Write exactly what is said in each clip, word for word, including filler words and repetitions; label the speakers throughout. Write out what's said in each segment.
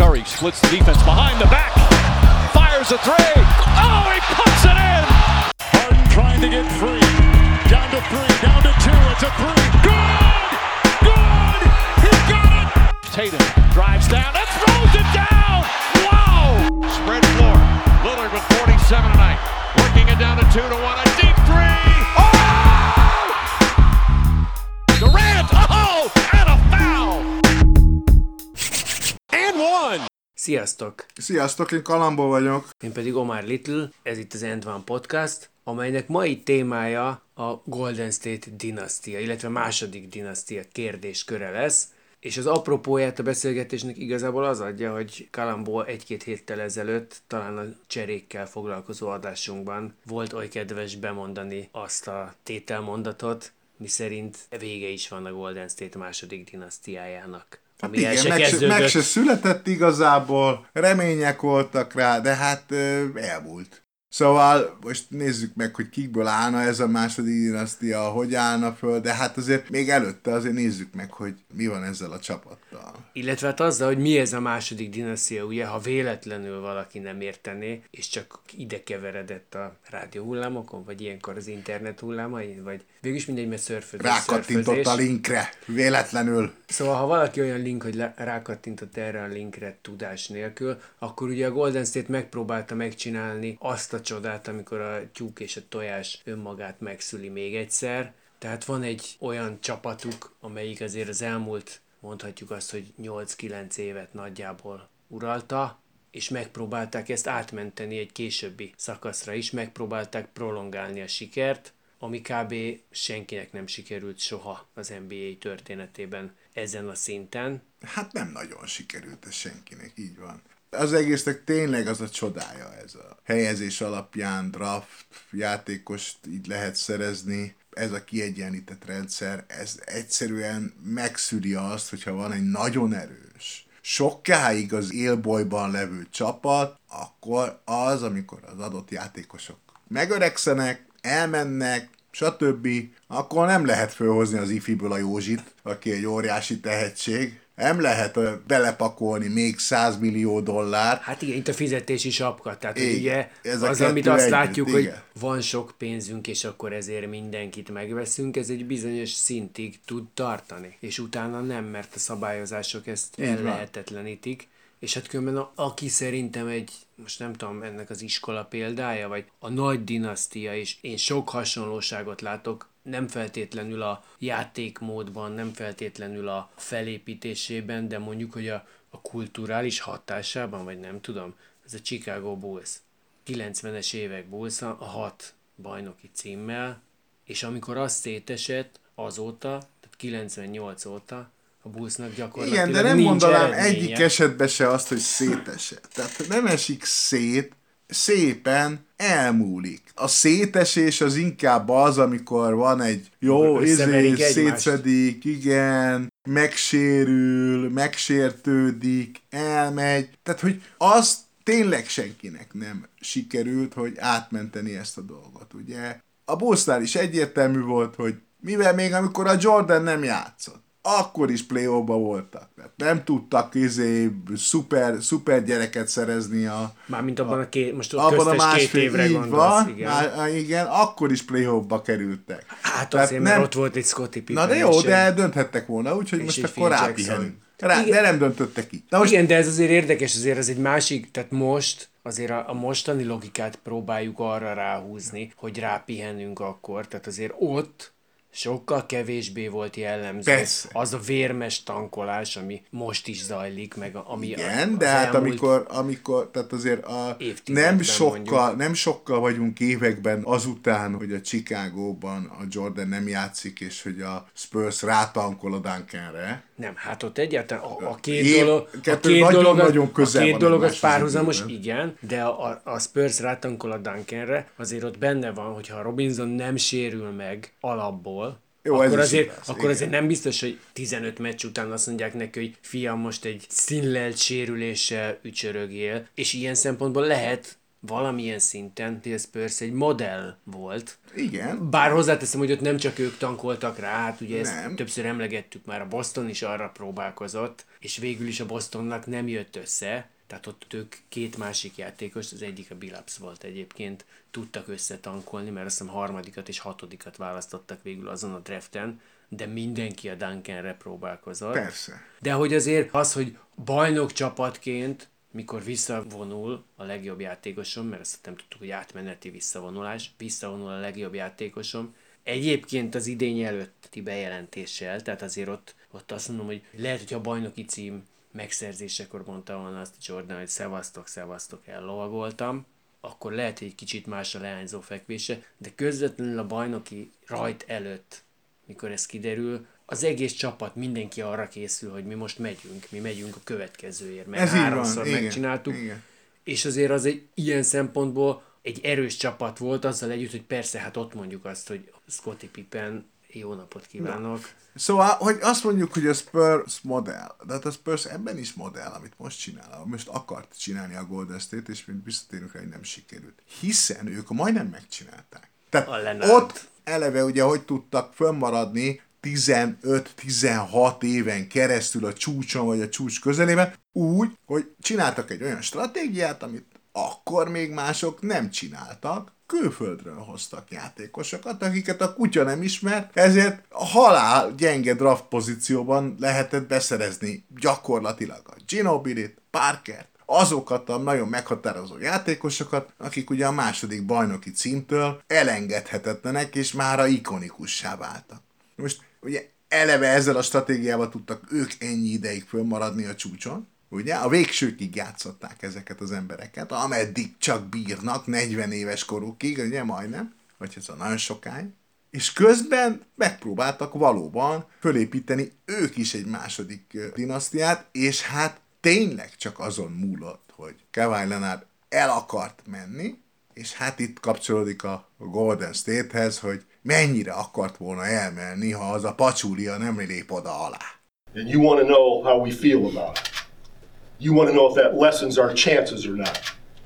Speaker 1: Murray splits the defense behind the back. Fires a three. Oh, he puts it in. Harden trying to get free. Down to three, down to two. It's a three. Good! Good! He got it! Tatum drives down and throws it down. Wow! Spread floor. Lillard with forty-seven tonight. Working it down to two to one. A deep three. Oh! Durant. Oh! And a foul. And one.
Speaker 2: Sziasztok!
Speaker 3: Sziasztok, én Kalambó vagyok.
Speaker 2: Én pedig Omar Little, ez itt az And One Podcast, amelynek mai témája a Golden State dinasztia, illetve második dinasztia kérdésköre lesz, és az apropóját a beszélgetésnek igazából az adja, hogy Kalambó egy-két héttel ezelőtt, talán a cserékkel foglalkozó adásunkban volt oly kedves bemondani azt a tételmondatot, miszerint vége is van a Golden State második dinasztiájának.
Speaker 3: Hát igen, meg se, meg se született igazából, remények voltak rá, de hát ö, elmúlt. Szóval most nézzük meg, hogy kikből állna ez a második dinasztia, hogy állna föl, de hát azért még előtte azért nézzük meg, hogy mi van ezzel a csapattal.
Speaker 2: Illetve hát azzal, hogy mi ez a második dinasztia, ugye, ha véletlenül valaki nem értené, és csak ide keveredett a rádió hullámokon, vagy ilyenkor az internet hullámain, vagy végülis mindegy, mert szörfözés,
Speaker 3: rákattintott a linkre, véletlenül.
Speaker 2: Szóval, ha valaki olyan link, hogy le- rákattintott erre a linkre tudás nélkül, akkor ugye a Golden State megpróbálta megcsinálni azt a csodát, amikor a tyúk és a tojás önmagát megszüli még egyszer. Tehát van egy olyan csapatuk, amelyik azért az elmúlt, mondhatjuk azt, hogy nyolc-kilenc évet nagyjából uralta, és megpróbálták ezt átmenteni egy későbbi szakaszra is, megpróbálták prolongálni a sikert, ami kb. Senkinek nem sikerült soha az en bé á történetében ezen a szinten.
Speaker 3: Hát nem nagyon sikerült ez senkinek, így van. Az egésznek tényleg az a csodája ez a helyezés alapján, draft, játékost így lehet szerezni, ez a kiegyenlített rendszer, ez egyszerűen megszűri azt, hogyha van egy nagyon erős, sokáig az élbolyban levő csapat, akkor az, amikor az adott játékosok megöregszenek, elmennek, stb., akkor nem lehet fölhozni az ifiből a Józsit, aki egy óriási tehetség. Nem lehet uh, belepakolni még száz millió dollár.
Speaker 2: Hát igen, itt a fizetési sapka. Tehát
Speaker 3: igen,
Speaker 2: ugye az, amit azt együtt, látjuk, igen, hogy van sok pénzünk, és akkor ezért mindenkit megveszünk, ez egy bizonyos szintig tud tartani. És utána nem, mert a szabályozások ezt ellehetetlenítik. És hát különben a, aki szerintem egy, most nem tudom, ennek az iskola példája, vagy a nagy dinasztia, és én sok hasonlóságot látok, nem feltétlenül a játékmódban, nem feltétlenül a felépítésében, de mondjuk, hogy a, a kulturális hatásában, vagy nem tudom, ez a Chicago Bulls. kilencvenes évek Bulls a hat bajnoki címmel, és amikor az szétesett azóta, tehát kilencvennyolc óta, a Bullsnak gyakorlatilag
Speaker 3: igen, de nem
Speaker 2: nincs
Speaker 3: mondanám
Speaker 2: eredménye.
Speaker 3: egyik esetben se azt, hogy szétesett. Tehát nem esik szét, szépen elmúlik. A szétesés az inkább az, amikor van egy jó izé, szétszedik, igen, megsérül, megsértődik, elmegy. Tehát, hogy az tényleg senkinek nem sikerült, hogy átmenteni ezt a dolgot, ugye. A Bullsnál is egyértelmű volt, hogy mivel még amikor a Jordan nem játszott, akkor is play-offba voltak. Nem tudtak izé, szuper, szuper gyereket szerezni a...
Speaker 2: Mármint abban a két, most
Speaker 3: abban
Speaker 2: köztes
Speaker 3: a másfél,
Speaker 2: két évre gondolsz,
Speaker 3: van,
Speaker 2: igen.
Speaker 3: Má, igen, akkor is play-offba kerültek.
Speaker 2: Hát azért, nem, mert ott volt egy Scottie Pippen.
Speaker 3: Na de jó, de dönthettek volna, úgyhogy most akkor rápihenünk. Rá, de nem döntöttek így.
Speaker 2: Most... Igen, de ez azért érdekes, azért ez egy másik, tehát most azért a, a mostani logikát próbáljuk arra ráhúzni, hogy rápihenünk akkor, tehát azért ott sokkal kevésbé volt jellemző.
Speaker 3: Persze.
Speaker 2: Az a vérmes tankolás, ami most is zajlik, meg a, ami
Speaker 3: igen,
Speaker 2: a,
Speaker 3: de hát amikor, amikor, tehát azért a, nem, sokkal, nem sokkal vagyunk években azután, hogy a Chicagóban a Jordan nem játszik, és hogy a Spurs rátankol a Duncanre.
Speaker 2: Nem, hát ott egyáltalán a, a két
Speaker 3: Év,
Speaker 2: dolog, a két
Speaker 3: nagyon,
Speaker 2: dolog,
Speaker 3: nagyon közel
Speaker 2: a két
Speaker 3: van
Speaker 2: dolog az párhuzamos,
Speaker 3: időben.
Speaker 2: igen, de a, a Spurs rátankol a Duncanre, azért ott benne van, hogyha a Robinson nem sérül meg alapból, Jó, akkor, azért, igaz, akkor azért nem biztos, hogy tizenöt meccs után azt mondják neki, hogy fiam, most egy színlelt sérüléssel ücsörögél, és ilyen szempontból lehet valamilyen szinten, hogy a Spurs egy modell volt.
Speaker 3: Igen.
Speaker 2: Bár hozzáteszem, hogy ott nem csak ők tankoltak rá, hát ugye
Speaker 3: Nem.
Speaker 2: ezt többször emlegettük már, a Boston is arra próbálkozott, és végül is a Bostonnak nem jött össze, tehát ott ők két másik játékos, az egyik a Billups volt egyébként, tudtak összetankolni, mert azt hiszem harmadikat és hatodikat választottak végül azon a draften, de mindenki a Duncanre próbálkozott.
Speaker 3: Persze.
Speaker 2: De hogy azért az, hogy bajnok csapatként, mikor visszavonul a legjobb játékosom, mert azt nem tudtuk, hogy átmeneti visszavonulás, visszavonul a legjobb játékosom, egyébként az idény előtti bejelentéssel, tehát azért ott, ott azt mondom, hogy lehet, hogyha a bajnoki cím megszerzésekor mondta volna azt Jordan, hogy szevasztok, szevasztok, ellovagoltam, akkor lehet, hogy egy kicsit más a leányzó fekvése, de közvetlenül a bajnoki rajt előtt, mikor ez kiderül, az egész csapat, mindenki arra készül, hogy mi most megyünk, mi megyünk a következőért, mert
Speaker 3: ez
Speaker 2: háromszor
Speaker 3: igen,
Speaker 2: megcsináltuk,
Speaker 3: igen.
Speaker 2: és azért az egy ilyen szempontból egy erős csapat volt, azzal együtt, hogy persze, hát ott mondjuk azt, hogy Scottie Pippen, jó napot kívánok.
Speaker 3: Na. Szóval, hogy azt mondjuk, hogy a Spurs modell, de hát a Spurs ebben is modell, amit most csinál, most akart csinálni a Golden State, és mint visszatérünk rá, hogy nem sikerült. Hiszen ők majdnem megcsinálták. Tehát ott eleve ugye, hogy tudtak fönnmaradni tizenöt-tizenhat éven keresztül a csúcson, vagy a csúcs közelében, úgy, hogy csináltak egy olyan stratégiát, amit akkor még mások nem csináltak, külföldről hoztak játékosokat, akiket a kutya nem ismer, ezért a halál gyenge draft pozícióban lehetett beszerezni gyakorlatilag a Ginobilit, Parkert, azokat a nagyon meghatározó játékosokat, akik ugye a második bajnoki címtől elengedhetetlenek, és mára ikonikussá váltak. Most ugye eleve ezzel a stratégiával tudtak ők ennyi ideig fönnmaradni a csúcson, ugye? A végsőkig játszották ezeket az embereket, ameddig csak bírnak, negyven éves korukig, ugye majdnem, vagy ez a nagyon sokáig. És közben megpróbáltak valóban fölépíteni ők is egy második dinasztiát, és hát tényleg csak azon múlott, hogy Kawhi Leonard el akart menni, és hát itt kapcsolódik a Golden State-hez, hogy mennyire akart volna elmenni, ha az a pacsúlia nem lép oda alá.
Speaker 4: And you want to know how we feel about it. You want to know if that lessens our chances or not.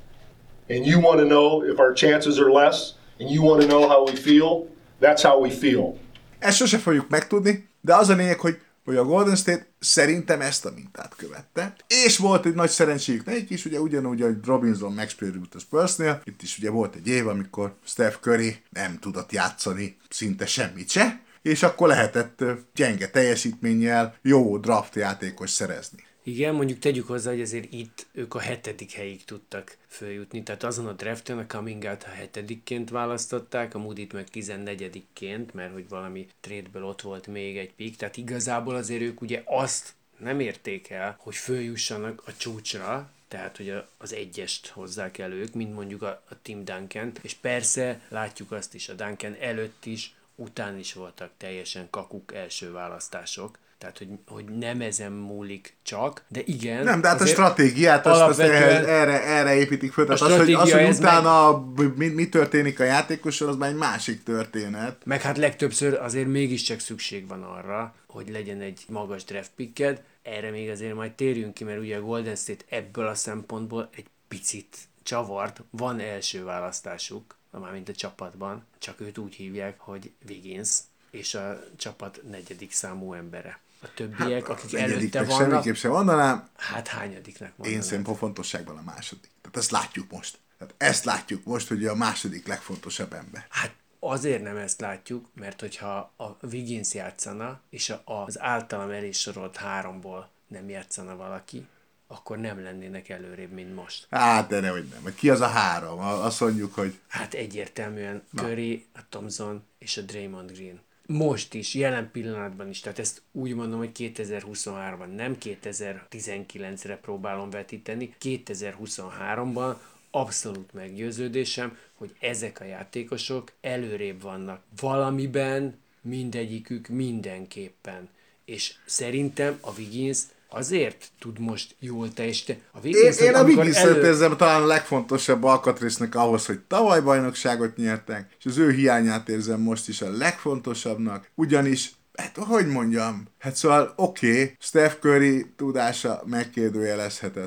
Speaker 4: And you want to know if our chances are less, and you want to know how we feel, that's how we feel.
Speaker 3: Ezt sose fogjuk megtudni, de az a lényeg, hogy, hogy a Golden State szerintem ezt a mintát követte, és volt egy nagy szerencséjük nekik is, ugye ugyanúgy, hogy Robinson megspérült a Spursnél, itt is ugye volt egy év, amikor Steph Curry nem tudott játszani szinte semmit se, és akkor lehetett gyenge teljesítménnyel jó draft játékos szerezni.
Speaker 2: Igen, mondjuk tegyük hozzá, hogy azért itt ők a hetedik helyig tudtak följutni, tehát azon a draften a Coming Out a hetedikként választották, a Moody-t meg tizennegyedikként, mert hogy valami trade-ből ott volt még egy pick, tehát igazából azért ők ugye azt nem érték el, hogy följussanak a csúcsra, tehát hogy az egyest hozzák el ők, mint mondjuk a, a Tim Duncan, és persze látjuk azt is, a Duncan előtt is, után is voltak teljesen kakuk első választások, tehát, hogy, hogy nem ezen múlik csak, de igen.
Speaker 3: Nem, de hát a stratégiát azt, azt ehhez, erre, erre építik föl. Tehát az, hogy, az, hogy utána meg... mi, mi történik a játékossal, az már egy másik történet.
Speaker 2: Meg hát legtöbbször azért mégiscsak szükség van arra, hogy legyen egy magas draft picked. Erre még azért majd térjünk ki, mert ugye a Golden State ebből a szempontból egy picit csavart. Van első választásuk, mármint a csapatban, csak őt úgy hívják, hogy Wiggins, és a csapat negyedik számú embere. A többiek, hát, akik előtte vannak...
Speaker 3: Semmiképp sem mondanám.
Speaker 2: Hát hányadiknak mondanám?
Speaker 3: Én szerintem fontosságban a második. Tehát ezt látjuk most. Tehát ezt látjuk most, hogy a második legfontosabb ember.
Speaker 2: Hát azért nem ezt látjuk, mert hogyha a Wiggins játszana, és az általam elé sorolt háromból nem játszana valaki, akkor nem lennének előrébb, mint most.
Speaker 3: Hát, de nehogy nem. Ki az a három? Azt mondjuk, hogy...
Speaker 2: Hát egyértelműen Curry, a Thompson és a Draymond Green. Most is, jelen pillanatban is, tehát ezt úgy mondom, hogy kétezer-huszonháromban, nem kétezer-tizenkilencre próbálom vetíteni, kétezer-huszonháromban abszolút meggyőződésem, hogy ezek a játékosok előrébb vannak valamiben, mindegyikük mindenképpen. És szerintem a Wiggins azért tud most jól teljesíteni.
Speaker 3: A én, én a Wiggins-et elő... érzem talán a legfontosabb alkatrésznek ahhoz, hogy tavaly bajnokságot nyertek, és az ő hiányát érzem most is a legfontosabbnak, ugyanis, hát hogy mondjam, hát szóval oké, okay, Steph Curry tudása megkérdőjelezhetetlen.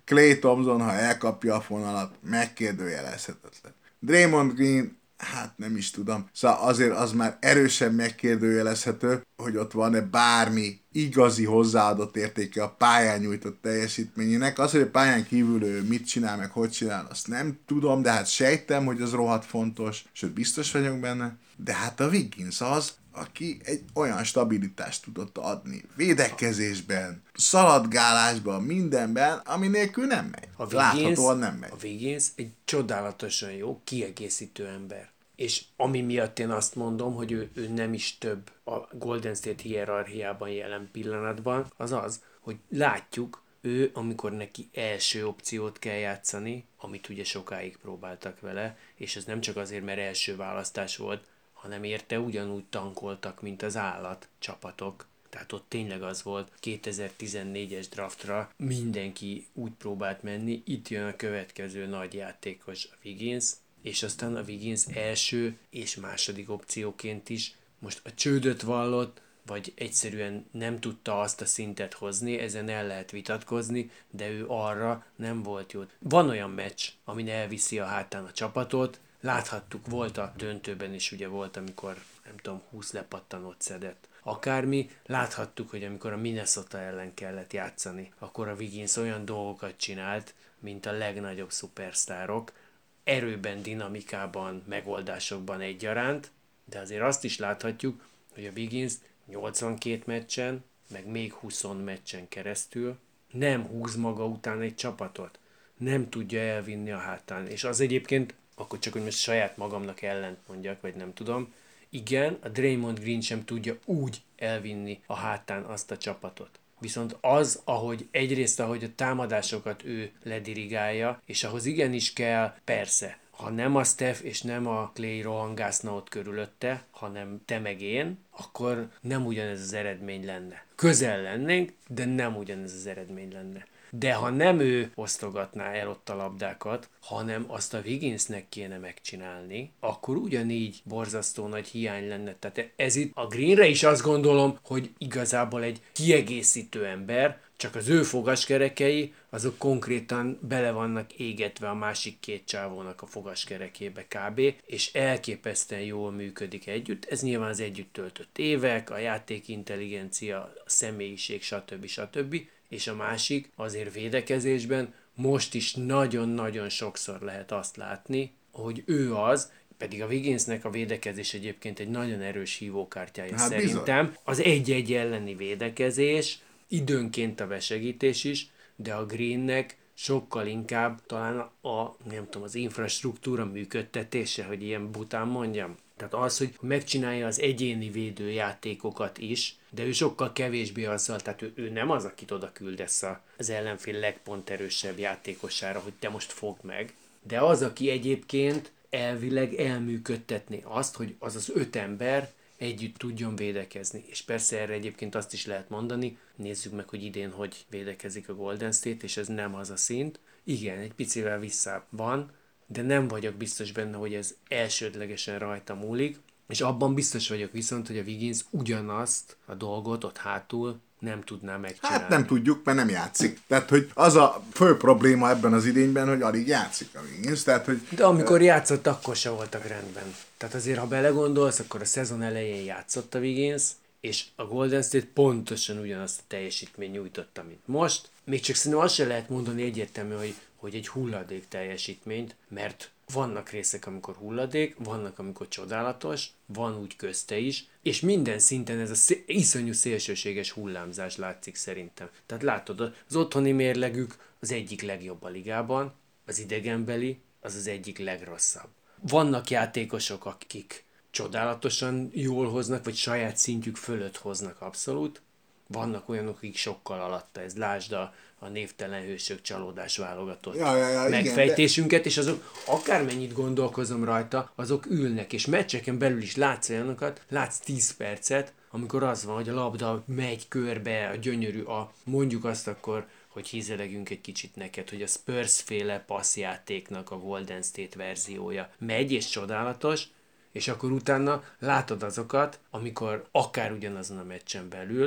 Speaker 3: Klay Thompson, ha elkapja a fonalat, megkérdőjelezhetetlen. Draymond Green, hát nem is tudom. Szóval azért az már erősen megkérdőjelezhető, hogy ott van-e bármi igazi hozzáadott értéke a pályán nyújtott teljesítményének. Az, hogy a pályán kívül ő mit csinál, meg hogy csinál, azt nem tudom, de hát sejtem, hogy az rohadt fontos, sőt biztos vagyok benne. De hát a Wiggins az, aki egy olyan stabilitást tudott adni védekezésben, szaladgálásban, mindenben, ami nélkül nem megy.
Speaker 2: A Wiggins,
Speaker 3: Láthatóan nem megy.
Speaker 2: A Wiggins egy csodálatosan jó, kiegészítő ember. És ami miatt én azt mondom, hogy ő, ő nem is több a Golden State hierarchiában jelen pillanatban, az az, hogy látjuk, ő, amikor neki első opciót kell játszani, amit ugye sokáig próbáltak vele, és ez nem csak azért, mert első választás volt, hanem érte ugyanúgy tankoltak, mint az állat csapatok. Tehát ott tényleg az volt, kétezer-tizennégyes draftra mindenki úgy próbált menni, itt jön a következő nagy játékos, a Wiggins, és aztán a Wiggins első és második opcióként is most a csődöt vallott, vagy egyszerűen nem tudta azt a szintet hozni, ezen el lehet vitatkozni, de ő arra nem volt jó. Van olyan meccs, amin elviszi a hátán a csapatot, láthattuk, volt a döntőben is, ugye volt, amikor nem tudom, húsz lepattanót szedett. Akármi, láthattuk, hogy amikor a Minnesota ellen kellett játszani, akkor a Wiggins olyan dolgokat csinált, mint a legnagyobb szupersztárok, erőben, dinamikában, megoldásokban egyaránt, de azért azt is láthatjuk, hogy a Wiggins nyolcvankét meccsen, meg még húsz meccsen keresztül nem húz maga után egy csapatot, nem tudja elvinni a hátán, és az egyébként, akkor csak, hogy most saját magamnak ellent mondjak, vagy nem tudom, igen, a Draymond Green sem tudja úgy elvinni a hátán azt a csapatot. Viszont az, ahogy egyrészt, ahogy a támadásokat ő ledirigálja, és ahhoz igenis kell, persze, ha nem a Steph és nem a Clay rohangászna ott körülötte, hanem te meg én, akkor nem ugyanez az eredmény lenne. Közel lennénk, de nem ugyanez az eredmény lenne. De ha nem ő osztogatná el ott a labdákat, hanem azt a Wigginsnek kéne megcsinálni, akkor ugyanígy borzasztó nagy hiány lenne. Tehát ez itt a Greenre is azt gondolom, hogy igazából egy kiegészítő ember, csak az ő fogaskerekei, azok konkrétan bele vannak égetve a másik két csávónak a fogaskerekébe kb. És elképesztően jól működik együtt. Ez nyilván az együtt töltött évek, a játékintelligencia, a személyiség, stb. stb. És a másik, azért védekezésben most is nagyon-nagyon sokszor lehet azt látni, hogy ő az, pedig a Wigginsnek a védekezés egyébként egy nagyon erős hívókártyája hát szerintem. Bizony. Az egy-egy elleni védekezés, időnként a besegítés is, de a Greennek sokkal inkább talán a, nem tudom, az infrastruktúra működtetése, hogy ilyen bután mondjam. Tehát az, hogy megcsinálja az egyéni védőjátékokat is, de ő sokkal kevésbé azzal, tehát ő, ő nem az, akit oda küldesz az ellenfél legponterősebb játékosára, hogy te most fogd meg, de az, aki egyébként elvileg elműködtetni azt, hogy az az öt ember együtt tudjon védekezni. És persze erre egyébként azt is lehet mondani, nézzük meg, hogy idén hogy védekezik a Golden State, és ez nem az a szint. Igen, egy picivel visszább van, de nem vagyok biztos benne, hogy ez elsődlegesen rajta múlik, és abban biztos vagyok viszont, hogy a Wiggins ugyanazt a dolgot ott hátul nem tudná megcsinálni.
Speaker 3: Hát nem tudjuk, mert nem játszik. Tehát, hogy az a fő probléma ebben az idényben, hogy alig játszik a Wiggins. Tehát, hogy...
Speaker 2: De amikor játszott, akkor se voltak rendben. Tehát azért, ha belegondolsz, akkor a szezon elején játszott a Wiggins, és a Golden State pontosan ugyanazt a teljesítményt nyújtotta, mint most. Még csak szerintem azt se lehet mondani egyértelmű, hogy, hogy egy hulladék teljesítményt, mert vannak részek, amikor hulladék, vannak, amikor csodálatos, van úgy közte is, és minden szinten ez a szé- iszonyú szélsőséges hullámzás látszik szerintem. Tehát látod, az otthoni mérlegük az egyik legjobb a ligában, az idegenbeli az az egyik legrosszabb. Vannak játékosok, akik csodálatosan jól hoznak, vagy saját szintjük fölött hoznak abszolút, vannak olyanok, akik sokkal alatta, ez lásd a, a névtelen hősök csalódás válogatott
Speaker 3: ja, ja, ja,
Speaker 2: megfejtésünket, igen, de... és azok akármennyit gondolkozom rajta, azok ülnek, és meccseken belül is látsz olyanokat, látsz tíz percet, amikor az van, hogy a labda megy körbe, a gyönyörű, a, mondjuk azt akkor, hogy hízelegünk egy kicsit neked, hogy a Spurs-féle passzjátéknak a Golden State verziója megy, és csodálatos, és akkor utána látod azokat, amikor akár ugyanazon a meccsen belül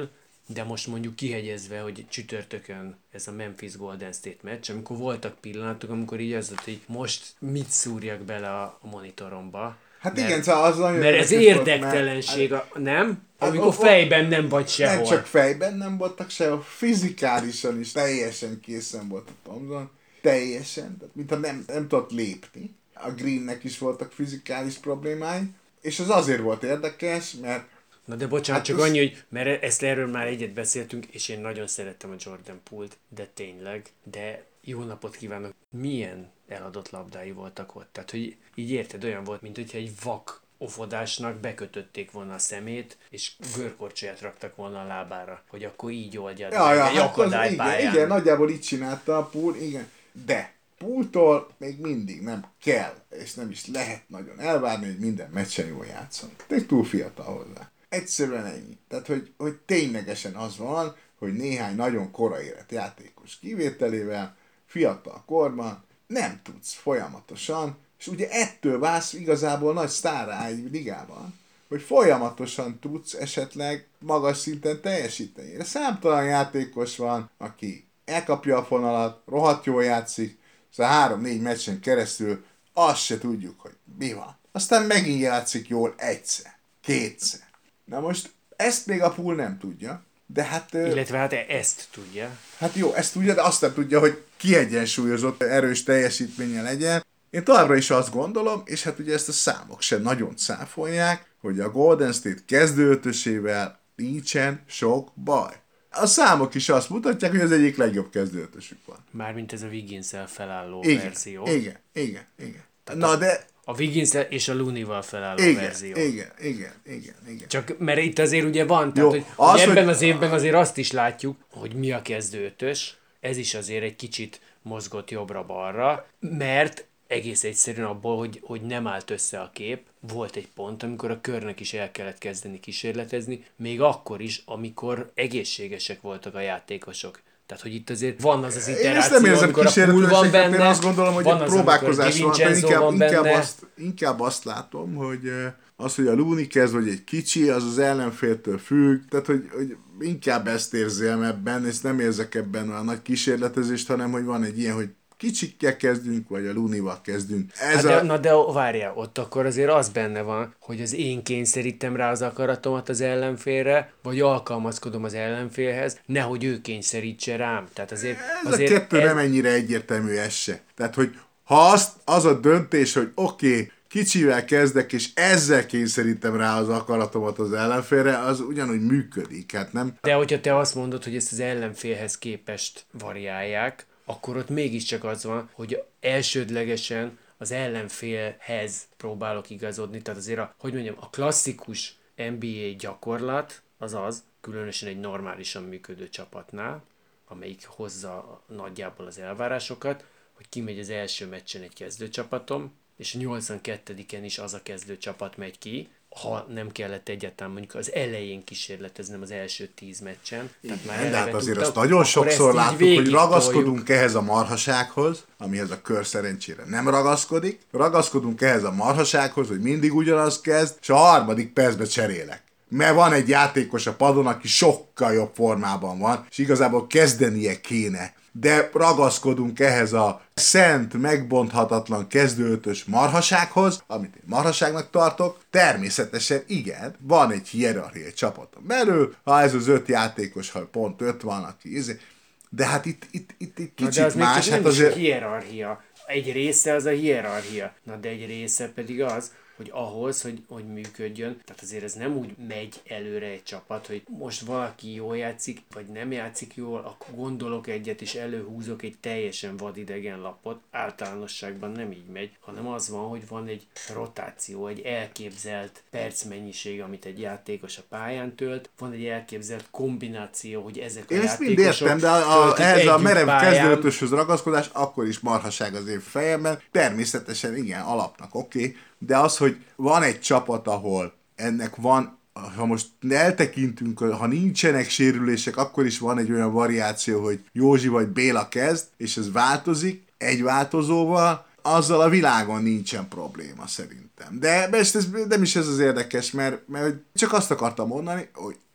Speaker 2: de most mondjuk kihegyezve, hogy csütörtökön ez a Memphis Golden State meccs, amikor voltak pillanatok, amikor így az volt, hogy most mit szúrjak bele a monitoromba.
Speaker 3: Hát
Speaker 2: mert,
Speaker 3: igen, szóval az nagyon...
Speaker 2: Mert ez érdektelenség, volt, mert, nem? Amikor hát, fejben nem vagy sehol.
Speaker 3: Nem csak fejben nem voltak sehol, fizikálisan is teljesen készen volt a Thompson. Teljesen, tehát mintha nem, nem tudott lépni. A Greennek is voltak fizikális problémái, és az azért volt érdekes, mert...
Speaker 2: Na de bocsánat, hát csak az... annyi, hogy mert ezt erről már egyet beszéltünk, és én nagyon szerettem a Jordan Poole-t, de tényleg, de jó napot kívánok, milyen eladott labdái voltak ott. Tehát, hogy így érted, olyan volt, mint hogyha egy vak óvodásnak bekötötték volna a szemét, és görkorcsolyát raktak volna a lábára, hogy akkor így oldjad
Speaker 3: ja, ja,
Speaker 2: egy
Speaker 3: hát
Speaker 2: akadálypályán.
Speaker 3: Igen, igen, nagyjából így csinálta a Poole, igen, de Poole-tól még mindig nem kell, és nem is lehet nagyon elvárni, hogy minden meccsen jól játszon. Még túl fiatal hozzá. Egyszerűen ennyi. Tehát, hogy, hogy ténylegesen az van, hogy néhány nagyon korai élet játékos kivételével, fiatal korban nem tudsz folyamatosan, és ugye ettől válsz igazából nagy sztárrá egy ligában, hogy folyamatosan tudsz esetleg magas szinten teljesíteni. De számtalan játékos van, aki elkapja a fonalat, rohadt jól játszik, szóval három-négy meccsen keresztül azt se tudjuk, hogy mi van. Aztán megint játszik jól egyszer, kétszer. Na most ezt még a Poole nem tudja, de hát...
Speaker 2: Illetve hát ezt tudja.
Speaker 3: Hát jó, ezt tudja, de azt nem tudja, hogy kiegyensúlyozott, erős teljesítménye legyen. Én továbbra is azt gondolom, és hát ugye ezt a számok sem nagyon cáfolják, hogy a Golden State kezdőötösével nincsen sok baj. A számok is azt mutatják, hogy az egyik legjobb kezdőötösük van.
Speaker 2: Mármint ez a Wiggins-el felálló
Speaker 3: igen,
Speaker 2: verzió.
Speaker 3: Igen, igen, igen. Na de...
Speaker 2: A Wiggins-el és a Looney-val felálló
Speaker 3: igen,
Speaker 2: verzió.
Speaker 3: Igen, igen, igen, igen.
Speaker 2: Csak mert itt azért ugye van, tehát
Speaker 3: Jó,
Speaker 2: hogy,
Speaker 3: az,
Speaker 2: hogy ebben
Speaker 3: hogy...
Speaker 2: az évben azért azt is látjuk, hogy mi a kezdőötös, ez is azért egy kicsit mozgott jobbra-balra, mert egész egyszerűen abból, hogy, hogy nem állt össze a kép, volt egy pont, amikor a körnek is el kellett kezdeni kísérletezni, még akkor is, amikor egészségesek voltak a játékosok. Tehát, hogy itt azért van az az interáció,
Speaker 3: nem
Speaker 2: amikor a Poole van benne,
Speaker 3: én azt gondolom, hogy
Speaker 2: van
Speaker 3: egy
Speaker 2: az,
Speaker 3: próbálkozás van, van inkább,
Speaker 2: van
Speaker 3: inkább,
Speaker 2: benne.
Speaker 3: azt, inkább azt látom, hogy az, hogy a Looney kezd, vagy egy kicsi, az az ellenféltől függ, tehát, hogy, hogy inkább ezt érzem ebben, és nem érzek ebben a nagy kísérletezést, hanem, hogy van egy ilyen, hogy kicsikkel kezdünk, vagy a Looney-val kezdünk. Ez
Speaker 2: hát de,
Speaker 3: a...
Speaker 2: Na de várjál, ott akkor azért az benne van, hogy az én kényszerítem rá az akaratomat az ellenfélre, vagy alkalmazkodom az ellenfélhez, nehogy ő kényszerítse rám. Tehát azért,
Speaker 3: ez
Speaker 2: azért
Speaker 3: a kettő
Speaker 2: ez...
Speaker 3: nem ennyire egyértelmű ez se. Tehát, hogy ha azt, az a döntés, hogy oké, okay, kicsivel kezdek, és ezzel kényszerítem rá az akaratomat az ellenfélre, az ugyanúgy működik, hát nem?
Speaker 2: De hogyha te azt mondod, hogy ezt az ellenfélhez képest variálják, akkor ott mégiscsak az van, hogy elsődlegesen az ellenfélhez próbálok igazodni. Tehát azért a, hogy mondjam, a klasszikus en bé á gyakorlat az az, különösen egy normálisan működő csapatnál, amelyik hozza nagyjából az elvárásokat, hogy kimegy az első meccsen egy kezdőcsapatom, és a nyolcvankettediken is az a kezdőcsapat megy ki, ha nem kellett egyáltalán mondjuk az elején kísérleteznem az első tíz meccsen. Tehát már
Speaker 3: de hát azért
Speaker 2: tudtak,
Speaker 3: azt nagyon sokszor láttuk, hogy ragaszkodunk
Speaker 2: toljuk.
Speaker 3: ehhez a marhasághoz, amihez a kör szerencsére nem ragaszkodik. Ragaszkodunk ehhez a marhasághoz, hogy mindig ugyanaz kezd, és a harmadik percben cserélek. Mert van egy játékos a padon, aki sokkal jobb formában van, és igazából kezdenie kéne. De ragaszkodunk ehhez a szent, megbonthatatlan kezdőötös marhasághoz, amit én marhaságnak tartok. Természetesen igen, van egy hierarchia egy csapaton belül, ha ez az öt játékos, ha pont öt van, aki izé, de hát itt, itt, itt, itt kicsit
Speaker 2: Na de az
Speaker 3: más.
Speaker 2: még
Speaker 3: Hát
Speaker 2: nem
Speaker 3: azért...
Speaker 2: is hierarchia. Egy része az a hierarchia. Na de egy része pedig az, hogy ahhoz, hogy, hogy működjön, tehát azért ez nem úgy megy előre egy csapat, hogy most valaki jól játszik, vagy nem játszik jól, akkor gondolok egyet, és előhúzok egy teljesen vadidegen lapot. Általánosságban nem így megy, hanem az van, hogy van egy rotáció, egy elképzelt percmennyiség, amit egy játékos a pályán tölt, van egy elképzelt kombináció, hogy ezek a
Speaker 3: Én
Speaker 2: játékosok...
Speaker 3: Én ezt mind értem, de a, a, ehhez a merev
Speaker 2: pályán...
Speaker 3: kezdőötöshöz ragaszkodás akkor is marhaság az én fejemben. Természetesen igen, alapnak oké, okay, de az, hogy van egy csapat, ahol ennek van, ha most eltekintünk, ha nincsenek sérülések, akkor is van egy olyan variáció, hogy Józsi vagy Béla kezd, és ez változik egy változóval, azzal a világon nincsen probléma szerintem. De ez, ez nem is ez az érdekes, mert, mert csak azt akartam mondani, hogy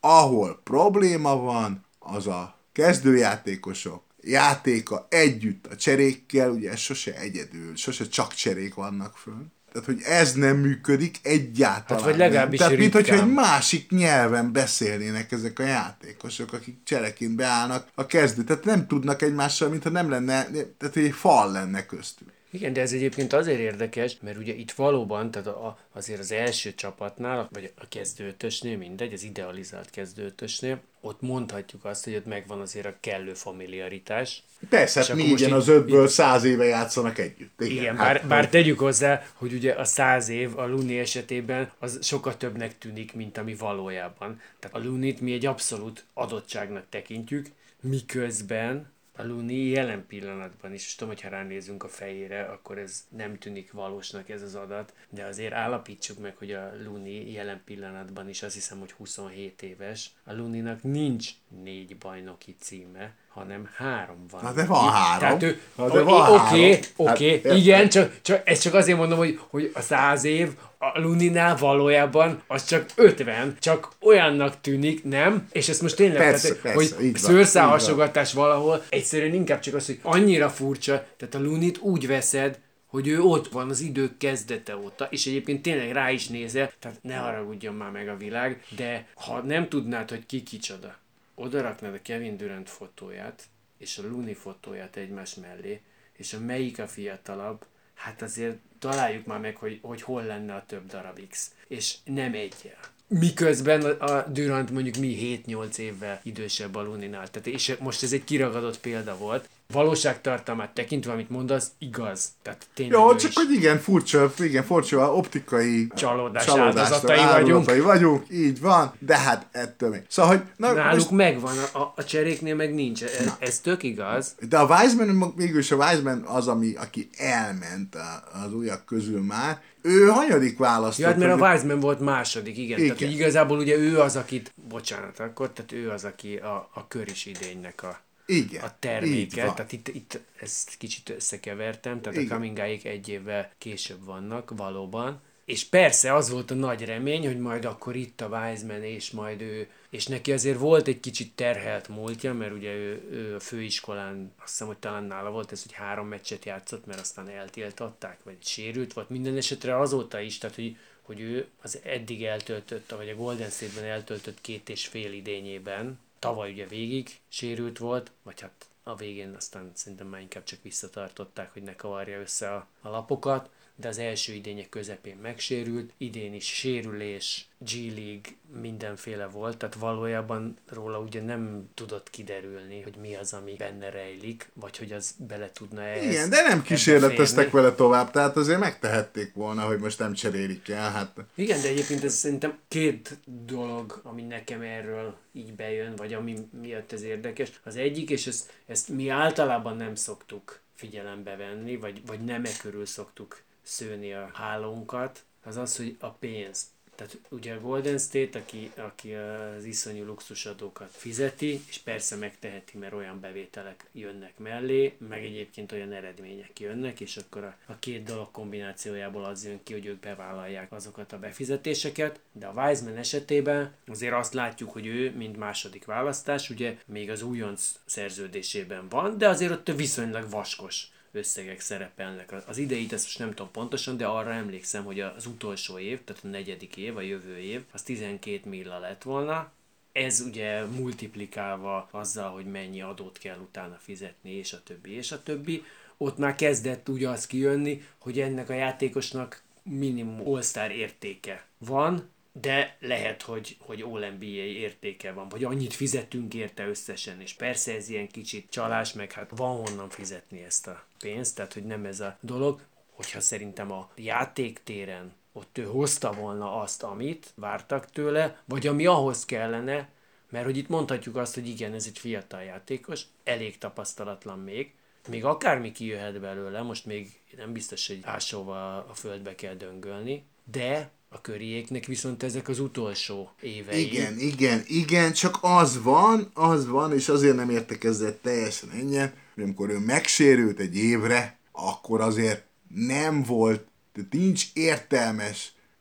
Speaker 3: Ahol probléma van, az a kezdőjátékosok játéka együtt a cserékkel, ugye sose egyedül, sose csak cserék vannak föl. Tehát, hogy ez nem működik egyáltalán.
Speaker 2: Hát, vagy legalábbis
Speaker 3: Tehát, mint hogyha egy
Speaker 2: ritkán.
Speaker 3: másik nyelven beszélnének ezek a játékosok, akik csereként beállnak a kezdő. Tehát nem tudnak egymással, mintha nem lenne, tehát egy fal lenne köztük.
Speaker 2: Igen, de ez egyébként azért érdekes, mert ugye itt valóban, tehát a, azért az első csapatnál, vagy a kezdőtösnél, mindegy, az idealizált kezdőtösnél, ott mondhatjuk azt, hogy ott megvan azért a kellő familiaritás.
Speaker 3: Persze, hát négyen az ötből száz éve játszanak együtt. Igen,
Speaker 2: Igen,
Speaker 3: hát,
Speaker 2: bár, bár tegyük hozzá, hogy ugye a száz év a Looney esetében az sokkal többnek tűnik, mint ami valójában. Tehát a Looneyt mi egy abszolút adottságnak tekintjük, miközben a Looney jelen pillanatban is, és tudom, hogyha ránézünk a fejére, akkor ez nem tűnik valósnak ez az adat, de azért állapítsuk meg, hogy a Looney jelen pillanatban is azt hiszem, hogy huszonhét éves. A Looneynak nincs négy bajnoki címe, hanem három van.
Speaker 3: Na de van három.
Speaker 2: Tehát ő,
Speaker 3: de van
Speaker 2: oké,
Speaker 3: három.
Speaker 2: oké,
Speaker 3: Hát,
Speaker 2: igen, csak, csak, ezt csak azért mondom, hogy, hogy a száz év a Looney-nál valójában az csak ötven, csak olyannak tűnik, nem? És ezt most tényleg,
Speaker 3: Persze,
Speaker 2: tehát,
Speaker 3: persze,
Speaker 2: hogy
Speaker 3: így van,
Speaker 2: szőrszálhasogatás valahol, egyszerűen inkább csak az, hogy annyira furcsa, tehát a Looney-t úgy veszed, hogy ő ott van az idők kezdete óta, és egyébként tényleg rá is nézel, tehát ne haragudjon már meg a világ, de ha nem tudnád, hogy ki kicsoda, oda raknád a Kevin Durant fotóját, és a Looney fotóját egymás mellé, és a melyik a fiatalabb, hát azért találjuk már meg, hogy, hogy hol lenne a több darab X. És nem egyel. Miközben a Durant mondjuk mi hét-nyolc évvel idősebb a Looney-nál. Tehát, és most ez egy kiragadott példa volt. Valóságtartalmát tekintve, amit mondasz, igaz. Tehát tényleg
Speaker 3: jó,
Speaker 2: ő
Speaker 3: csak
Speaker 2: is.
Speaker 3: hogy igen, furcsa, igen, furcsa optikai
Speaker 2: Csalódás
Speaker 3: csalódásra
Speaker 2: áldozatai
Speaker 3: áldozatai vagyunk, így van, de hát ettől még. Szóval, hogy na,
Speaker 2: Náluk
Speaker 3: most,
Speaker 2: megvan, a, a, a cseréknél meg nincs. Ez, ez tök igaz.
Speaker 3: de a Wiseman, mégis a Wiseman az, ami, aki elment a, az újak közül már, ő hanyadik választott?
Speaker 2: Ja, hát mert
Speaker 3: hogy-
Speaker 2: a Wiseman volt második, igen.
Speaker 3: Igen.
Speaker 2: Tehát hogy igazából ugye ő az, akit, bocsánat akkor, tehát ő az, aki a, a köris idénynek a,
Speaker 3: igen,
Speaker 2: a
Speaker 3: így
Speaker 2: terméke.
Speaker 3: van.
Speaker 2: Tehát itt, itt ezt kicsit összekevertem, tehát
Speaker 3: Igen.
Speaker 2: a Kumingáik egy évvel később vannak valóban. És persze az volt a nagy remény, hogy majd akkor itt a Wiseman, és majd ő, és neki azért volt egy kicsit terhelt múltja, mert ugye ő, ő a főiskolán, azt hiszem, hogy talán nála volt ez, hogy három meccset játszott, mert aztán eltiltották, vagy sérült volt. Minden esetre azóta is, tehát hogy, hogy ő az eddig eltöltött, vagy a Golden State-ben eltöltött két és fél idényében, tavaly ugye végig sérült volt, vagy hát a végén aztán szerintem már inkább csak visszatartották, hogy ne kavarja össze a, a lapokat, de az első idények közepén megsérült, idén is sérülés, G-League, mindenféle volt, tehát valójában róla ugye nem tudott kiderülni, hogy mi az, ami benne rejlik, vagy hogy az bele tudna ehhez
Speaker 3: Igen, de nem
Speaker 2: ebbe
Speaker 3: kísérleteztek
Speaker 2: férni.
Speaker 3: vele tovább, tehát azért megtehették volna, hogy most nem cserélik el, hát
Speaker 2: Igen, de egyébként ez szerintem két dolog, ami nekem erről így bejön, vagy ami miatt ez érdekes. Az egyik, és ezt, ezt mi általában nem szoktuk figyelembe venni, vagy, vagy nem e körül szoktuk szőni a hálónkat, az az, hogy a pénz. Tehát ugye a Golden State, aki, aki az iszonyú luxusadókat fizeti, és persze megteheti, mert olyan bevételek jönnek mellé, meg egyébként olyan eredmények jönnek, és akkor a, a két dolog kombinációjából az jön ki, hogy ők bevállalják azokat a befizetéseket, de a Wiseman esetében azért azt látjuk, hogy ő, mint második választás, ugye még az újonc szerződésében van, de azért ott viszonylag vaskos összegek szerepelnek. Az ideit, ezt most nem tudom pontosan, de arra emlékszem, hogy az utolsó év, tehát a negyedik év, a jövő év, az tizenkét milla lett volna. Ez ugye multiplikálva azzal, hogy mennyi adót kell utána fizetni, és a többi, és a többi. Ott már kezdett úgy az kijönni, hogy ennek a játékosnak minimum All-Star értéke van, de lehet, hogy, hogy All-en bé á értéke van, vagy annyit fizetünk érte összesen, és persze ez ilyen kicsit csalás, meg hát van honnan fizetni ezt a pénzt, tehát hogy nem ez a dolog, hogyha szerintem a játéktéren ott ő hozta volna azt, amit vártak tőle, vagy ami ahhoz kellene, mert hogy itt mondhatjuk azt, hogy igen, ez egy fiatal játékos, elég tapasztalatlan még, még akármi kijöhet belőle, most még nem biztos, hogy ásóval a földbe kell döngölni, de a Curryéknek viszont ezek az utolsó évei.
Speaker 3: igen, igen, igen, csak az van, az van, és azért nem értek ezzel teljesen ennyien, hogy amikor ő megsérült egy évre, akkor azért nem volt, tehát nincs értelmes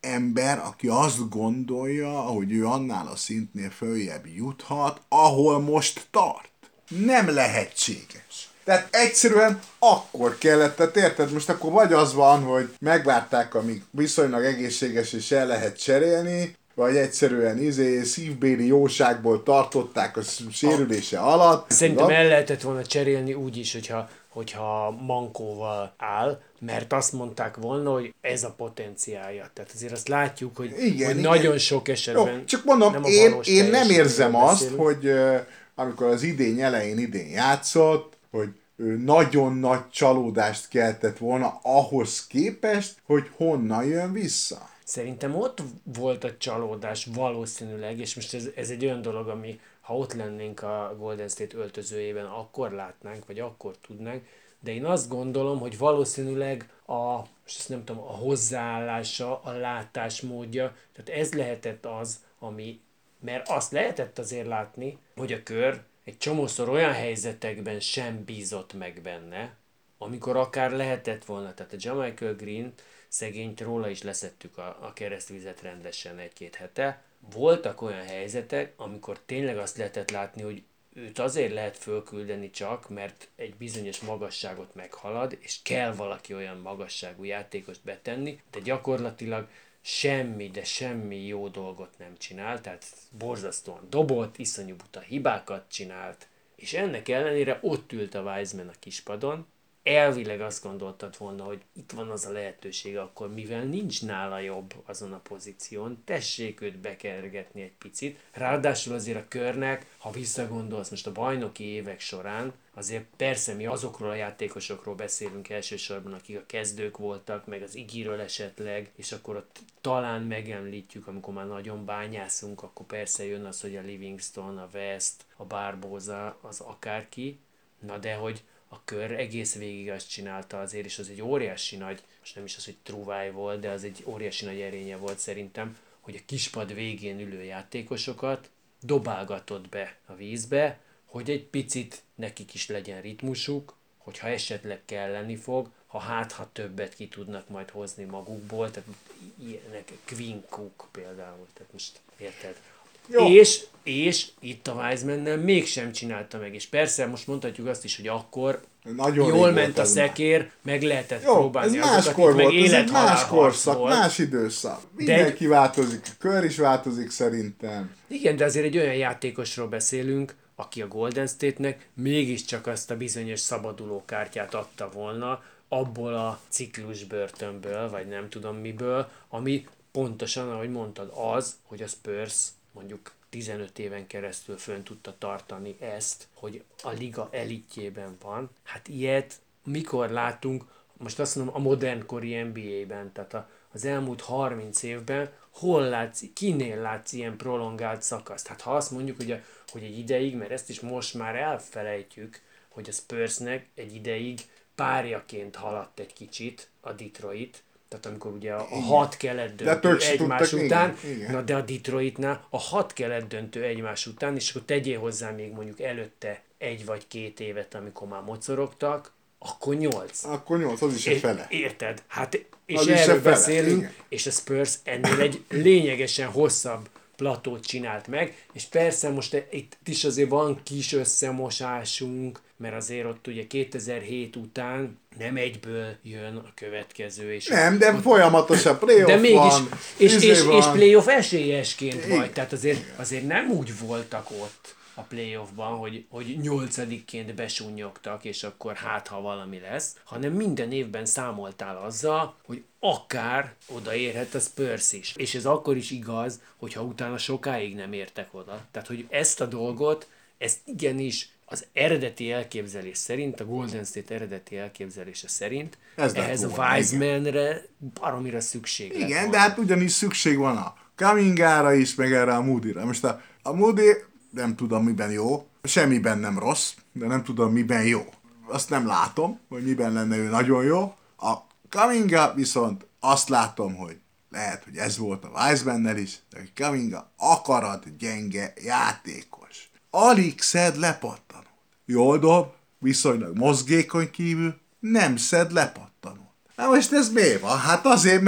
Speaker 3: ember, aki azt gondolja, hogy ő annál a szintnél följebb juthat, ahol most tart. Nem lehetséges. Tehát egyszerűen akkor kellett, tehát érted, most akkor vagy az van, hogy megvárták, amíg viszonylag egészséges és el lehet cserélni, vagy egyszerűen izé, szívbéli jóságból tartották a sérülése alatt.
Speaker 2: Szerintem el lehetett volna cserélni úgy is, hogyha, hogyha mankóval áll, mert azt mondták volna, hogy ez a potenciálja. Tehát azért azt látjuk, hogy, igen, hogy igen. Nagyon sok esetben
Speaker 3: jó, csak mondom,
Speaker 2: nem
Speaker 3: én, én nem érzem azt, hogy uh, amikor az idény elején idén játszott, hogy ő nagyon nagy csalódást keltett volna ahhoz képest, hogy honnan jön vissza.
Speaker 2: Szerintem ott volt a csalódás valószínűleg, és most ez, ez egy olyan dolog, ami ha ott lennénk a Golden State öltözőjében, akkor látnánk, vagy akkor tudnánk, de én azt gondolom, hogy valószínűleg a, most ezt nem tudom, a hozzáállása, a látásmódja, tehát ez lehetett az, ami, mert azt lehetett azért látni, hogy a kör egy csomószor olyan helyzetekben sem bízott meg benne, amikor akár lehetett volna, tehát a Jamichael Green szegényt róla is leszettük a, a keresztvizet rendesen egy-két hete. Voltak olyan helyzetek, amikor tényleg azt lehetett látni, hogy őt azért lehet fölküldeni csak, mert egy bizonyos magasságot meghalad, és kell valaki olyan magasságú játékost betenni, de gyakorlatilag semmi, de semmi jó dolgot nem csinál, tehát borzasztóan dobott, iszonyú buta hibákat csinált, és ennek ellenére ott ült a Wiseman a kispadon. Elvileg azt gondoltad volna, hogy itt van az a lehetőség, akkor mivel nincs nála jobb azon a pozíción, tessék őt bekergetni egy picit. Ráadásul azért a körnek, ha visszagondolsz most a bajnoki évek során, azért persze mi azokról a játékosokról beszélünk elsősorban, akik a kezdők voltak, meg az Iggyről esetleg, és akkor ott talán megemlítjük, amikor már nagyon bányászunk, akkor persze jön az, hogy a Livingston, a West, a Barbosa, az akárki, na de hogy a kör egész végig azt csinálta azért, és az egy óriási nagy, most nem is az, hogy truváj volt, de az egy óriási nagy erénye volt szerintem, hogy a kispad végén ülő játékosokat dobálgatott be a vízbe, hogy egy picit nekik is legyen ritmusuk, hogyha esetleg kelleni fog, ha hát, ha többet ki tudnak majd hozni magukból, tehát ilyenek Quinn Cook például, tehát most érted? És, és itt a Wisemannel mégsem csinálta meg, és persze most mondhatjuk azt is, hogy akkor nagyon jól ment a szekér, már. Meg lehetett jó, próbálni
Speaker 3: ez azokat, máskor volt, ez egy más korszak, volt. Más időszak. Mindenki de... változik, a kör is változik szerintem.
Speaker 2: Igen, de azért egy olyan játékosról beszélünk, aki a Golden State-nek mégiscsak azt a bizonyos szabaduló kártyát adta volna, abból a ciklus börtönből, vagy nem tudom miből, ami pontosan, ahogy mondtad, az, hogy a Spurs mondjuk tizenöt éven keresztül fönn tudta tartani ezt, hogy a liga elitjében van. Hát ilyet mikor látunk, most azt mondom a modernkori en bé á-ben, tehát a, az elmúlt harminc évben, hol látsz, kinél látsz ilyen prolongált szakaszt? Hát ha azt mondjuk, hogy, a, hogy egy ideig, mert ezt is most már elfelejtjük, hogy a Spursnek egy ideig párjaként haladt egy kicsit a Detroit, tehát amikor ugye a, a hat kelet döntő egymás tudtak, után, igen, igen. Na de a Detroitnál a hat kelet döntő egymás után, és akkor tegyél hozzá még mondjuk előtte egy vagy két évet, amikor már mocorogtak, akkor nyolc.
Speaker 3: Akkor nyolc, az is a fele.
Speaker 2: Érted? Hát, és az erről beszélünk, igen. És a Spurs ennél egy lényegesen hosszabb platót csinált meg, és persze most itt is azért van kis összemosásunk, mert azért ott ugye kétezer-hét után nem egyből jön a következő. És
Speaker 3: nem, de ott, folyamatosan playoff de mégis, van.
Speaker 2: És, és, és, és playoff esélyesként vagy, tehát azért, azért nem úgy voltak ott a playoffban, hogy, hogy nyolcadikként besúnyogtak, és akkor hát, ha valami lesz, hanem minden évben számoltál azzal, hogy akár odaérhet a Spurs is. És ez akkor is igaz, hogyha utána sokáig nem értek oda. Tehát, hogy ezt a dolgot, ezt igenis az eredeti elképzelés szerint, a Golden State eredeti elképzelése szerint, ez ehhez a Wisemanre baromira szükség lett.
Speaker 3: Igen, de hát ugyanis szükség van a Cummingára is, meg erre a Moodyra. Most a, a Moody nem tudom, miben jó, semmiben nem rossz, de nem tudom, miben jó. Azt nem látom, hogy miben lenne ő nagyon jó. A Cumminga viszont azt látom, hogy lehet, hogy ez volt a Wisemannel is, de a Cumminga akarat gyenge játékos. Alig szed lepattanót. Jól dob, viszonylag mozgékony kívül, nem szed lepattanót. Na most ez miért van? Hát azért, mert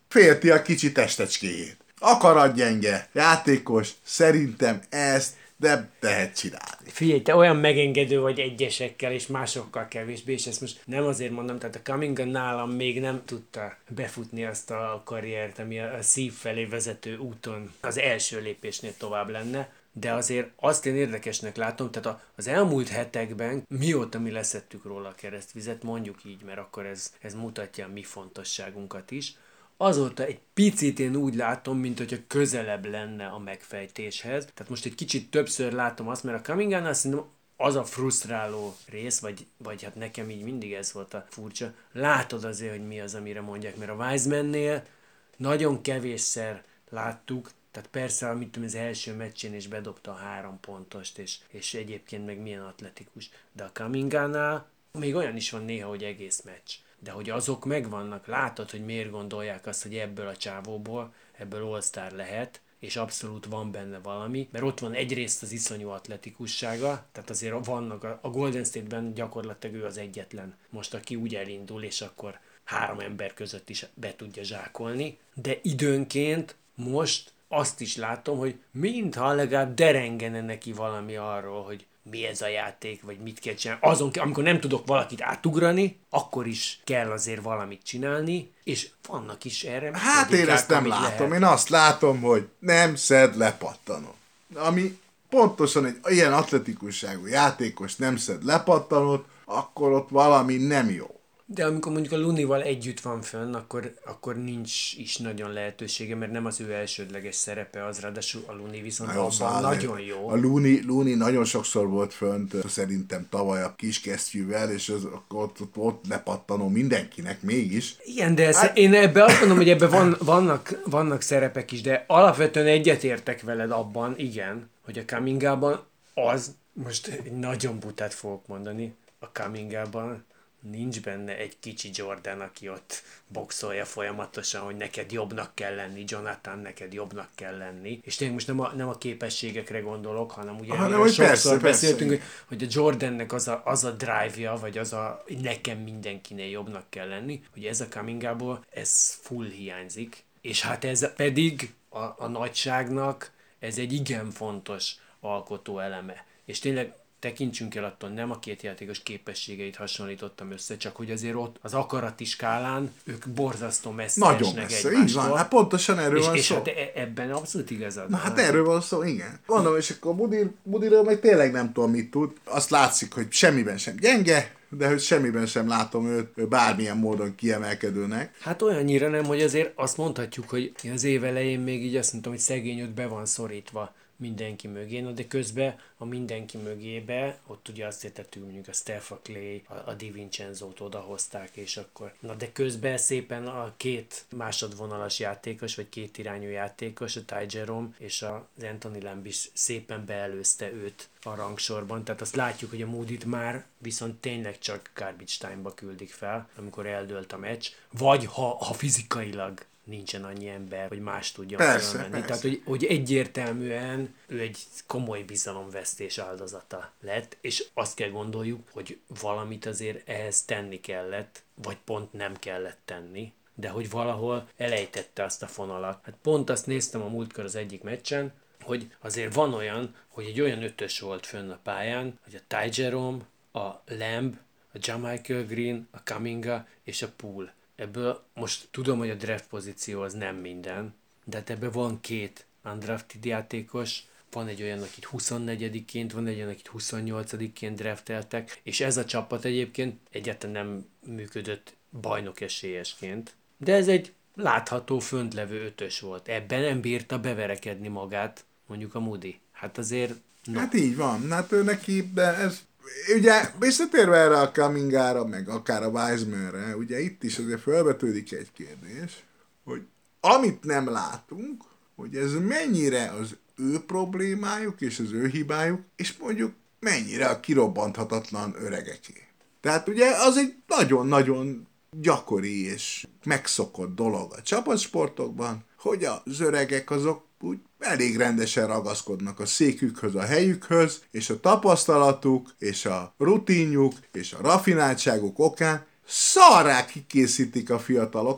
Speaker 3: félti a kicsi testecskéjét. Akarat gyenge játékos, szerintem ezt nem tehet csinálni.
Speaker 2: Figyelj, te olyan megengedő vagy egyesekkel és másokkal kevésbé, és ezt most nem azért mondom, tehát a Kuminga nálam még nem tudta befutni azt a karriert, ami a szív felé vezető úton az első lépésnél tovább lenne, de azért azt én érdekesnek látom, tehát az elmúlt hetekben, mióta mi leszettük róla a keresztvizet, mondjuk így, mert akkor ez, ez mutatja a mi fontosságunkat is, azóta egy picit én úgy látom, mint hogyha közelebb lenne a megfejtéshez. Tehát most egy kicsit többször látom azt, mert a Kumingánál szerintem az a frusztráló rész, vagy, vagy hát nekem így mindig ez volt a furcsa, látod azért, hogy mi az, amire mondják, mert a Wisemannél nagyon kevésszer láttuk, tehát persze, amit tudom, az első meccsén is bedobta a három pontost, és, és egyébként meg milyen atletikus, de a Kumingánál még olyan is van néha, hogy egész meccs. De hogy azok megvannak, látod, hogy miért gondolják azt, hogy ebből a csávóból, ebből all-star lehet, és abszolút van benne valami, mert ott van egyrészt az iszonyú atletikussága, tehát azért vannak, a Golden State-ben gyakorlatilag ő az egyetlen most, aki úgy elindul, és akkor három ember között is be tudja zsákolni, de időnként most azt is látom, hogy mintha legalább derengene neki valami arról, hogy mi ez a játék, vagy mit kell csinálni. Azon, amikor nem tudok valakit átugrani, akkor is kell azért valamit csinálni, és vannak is erre.
Speaker 3: Hát én ezt nem látom. Lehet. Én azt látom, hogy nem szed lepattanót. Ami pontosan egy ilyen atletikusságú játékos nem szed lepattanót, akkor ott valami nem jó.
Speaker 2: De amikor mondjuk a Looneyval együtt van fönn, akkor, akkor nincs is nagyon lehetősége, mert nem az ő elsődleges szerepe az, ráadásul a Looney viszont Na, abban nagyon jó.
Speaker 3: A Looney, Looney nagyon sokszor volt fönt, szerintem tavaly a kiskesztyűvel, és az, ott, ott, ott lepattanó mindenkinek mégis.
Speaker 2: Igen, de hát... én ebben azt mondom, hogy ebben van, vannak, vannak szerepek is, de alapvetően egyetértek veled abban, igen, hogy a Kumingában az, most egy nagyon butát fogok mondani, a Kumingában nincs benne egy kicsi Jordan, aki ott boxolja folyamatosan, hogy neked jobbnak kell lenni, Jonathan, neked jobbnak kell lenni. És tényleg most nem a, nem a képességekre gondolok, hanem ugye hanem, sokszor persze, beszéltünk, persze. Hogy, hogy a Jordannek az a, az a drive-ja, vagy az a, nekem mindenkinél jobbnak kell lenni, hogy ez a Kumingából, ez full hiányzik. És hát ez pedig a, a nagyságnak ez egy igen fontos alkotó eleme. És tényleg tekintsünk el attól, nem a két játékos képességeit hasonlítottam össze, csak hogy azért ott az akarati skálán ők borzasztó messze
Speaker 3: nagyon
Speaker 2: esnek
Speaker 3: messze, így van, hát pontosan erről
Speaker 2: és,
Speaker 3: van
Speaker 2: és
Speaker 3: szó.
Speaker 2: És hát ebben abszolút igazad.
Speaker 3: Na hát erről van szó, igen. Mondom, és akkor Mudir, Mudirről meg tényleg nem tudom, mit tud. Azt látszik, hogy semmiben sem gyenge, de hogy semmiben sem látom őt bármilyen módon kiemelkedőnek.
Speaker 2: Hát olyannyira nem, hogy azért azt mondhatjuk, hogy az év elején még így azt mondtam, hogy szegény őt be van szorítva mindenki mögé, na de közben a mindenki mögébe, ott ugye azt értettük, mondjuk a Steph, a Clay, a, a DiVincenzo-t odahozták, és akkor, na de közben szépen a két másodvonalas játékos, vagy két irányú játékos, a Ty Jerome és az Anthony Lamb is szépen beelőzte őt a rangsorban, tehát azt látjuk, hogy a Moodyt már viszont tényleg csak garbage time-ba küldik fel, amikor eldőlt a meccs, vagy ha, ha fizikailag nincsen annyi ember, hogy más tudjon
Speaker 3: persze,
Speaker 2: felmenni.
Speaker 3: persze.
Speaker 2: Tehát, hogy, hogy egyértelműen ő egy komoly bizalomvesztés áldozata lett, és azt kell gondoljuk, hogy valamit azért ehhez tenni kellett, vagy pont nem kellett tenni, de hogy valahol elejtette azt a fonalat. Hát pont azt néztem a múltkor az egyik meccsen, hogy azért van olyan, hogy egy olyan ötös volt fönn a pályán, hogy a Ty Jerome, a Lamb, a Jamichael Green, a Kuminga és a Poole. Ebből most tudom, hogy a draft pozíció az nem minden, de hát ebben van két undrafted játékos, van egy olyan, akit huszonnegyediként, van egy olyan, akit huszonnyolcadiként drafteltek, és ez a csapat egyébként egyáltalán nem működött bajnok esélyesként, de ez egy látható föntlevő ötös volt. Ebben nem bírta beverekedni magát, mondjuk a Moody. Hát azért... No.
Speaker 3: Hát így van, hát ő neki, de ez... Ugye, visszatérve erre a Kumingára, meg akár a Wisemanre, ugye itt is azért felvetődik egy kérdés, hogy amit nem látunk, hogy ez mennyire az ő problémájuk és az ő hibájuk, és mondjuk mennyire a kirobbanthatatlan öregeké. Tehát ugye az egy nagyon-nagyon gyakori és megszokott dolog a csapatsportokban, hogy az öregek azok úgy elég rendesen ragaszkodnak a székükhöz, a helyükhöz, és a tapasztalatuk, és a rutinjuk, és a rafináltságuk okán szarrá kikészítik a fiatalokat,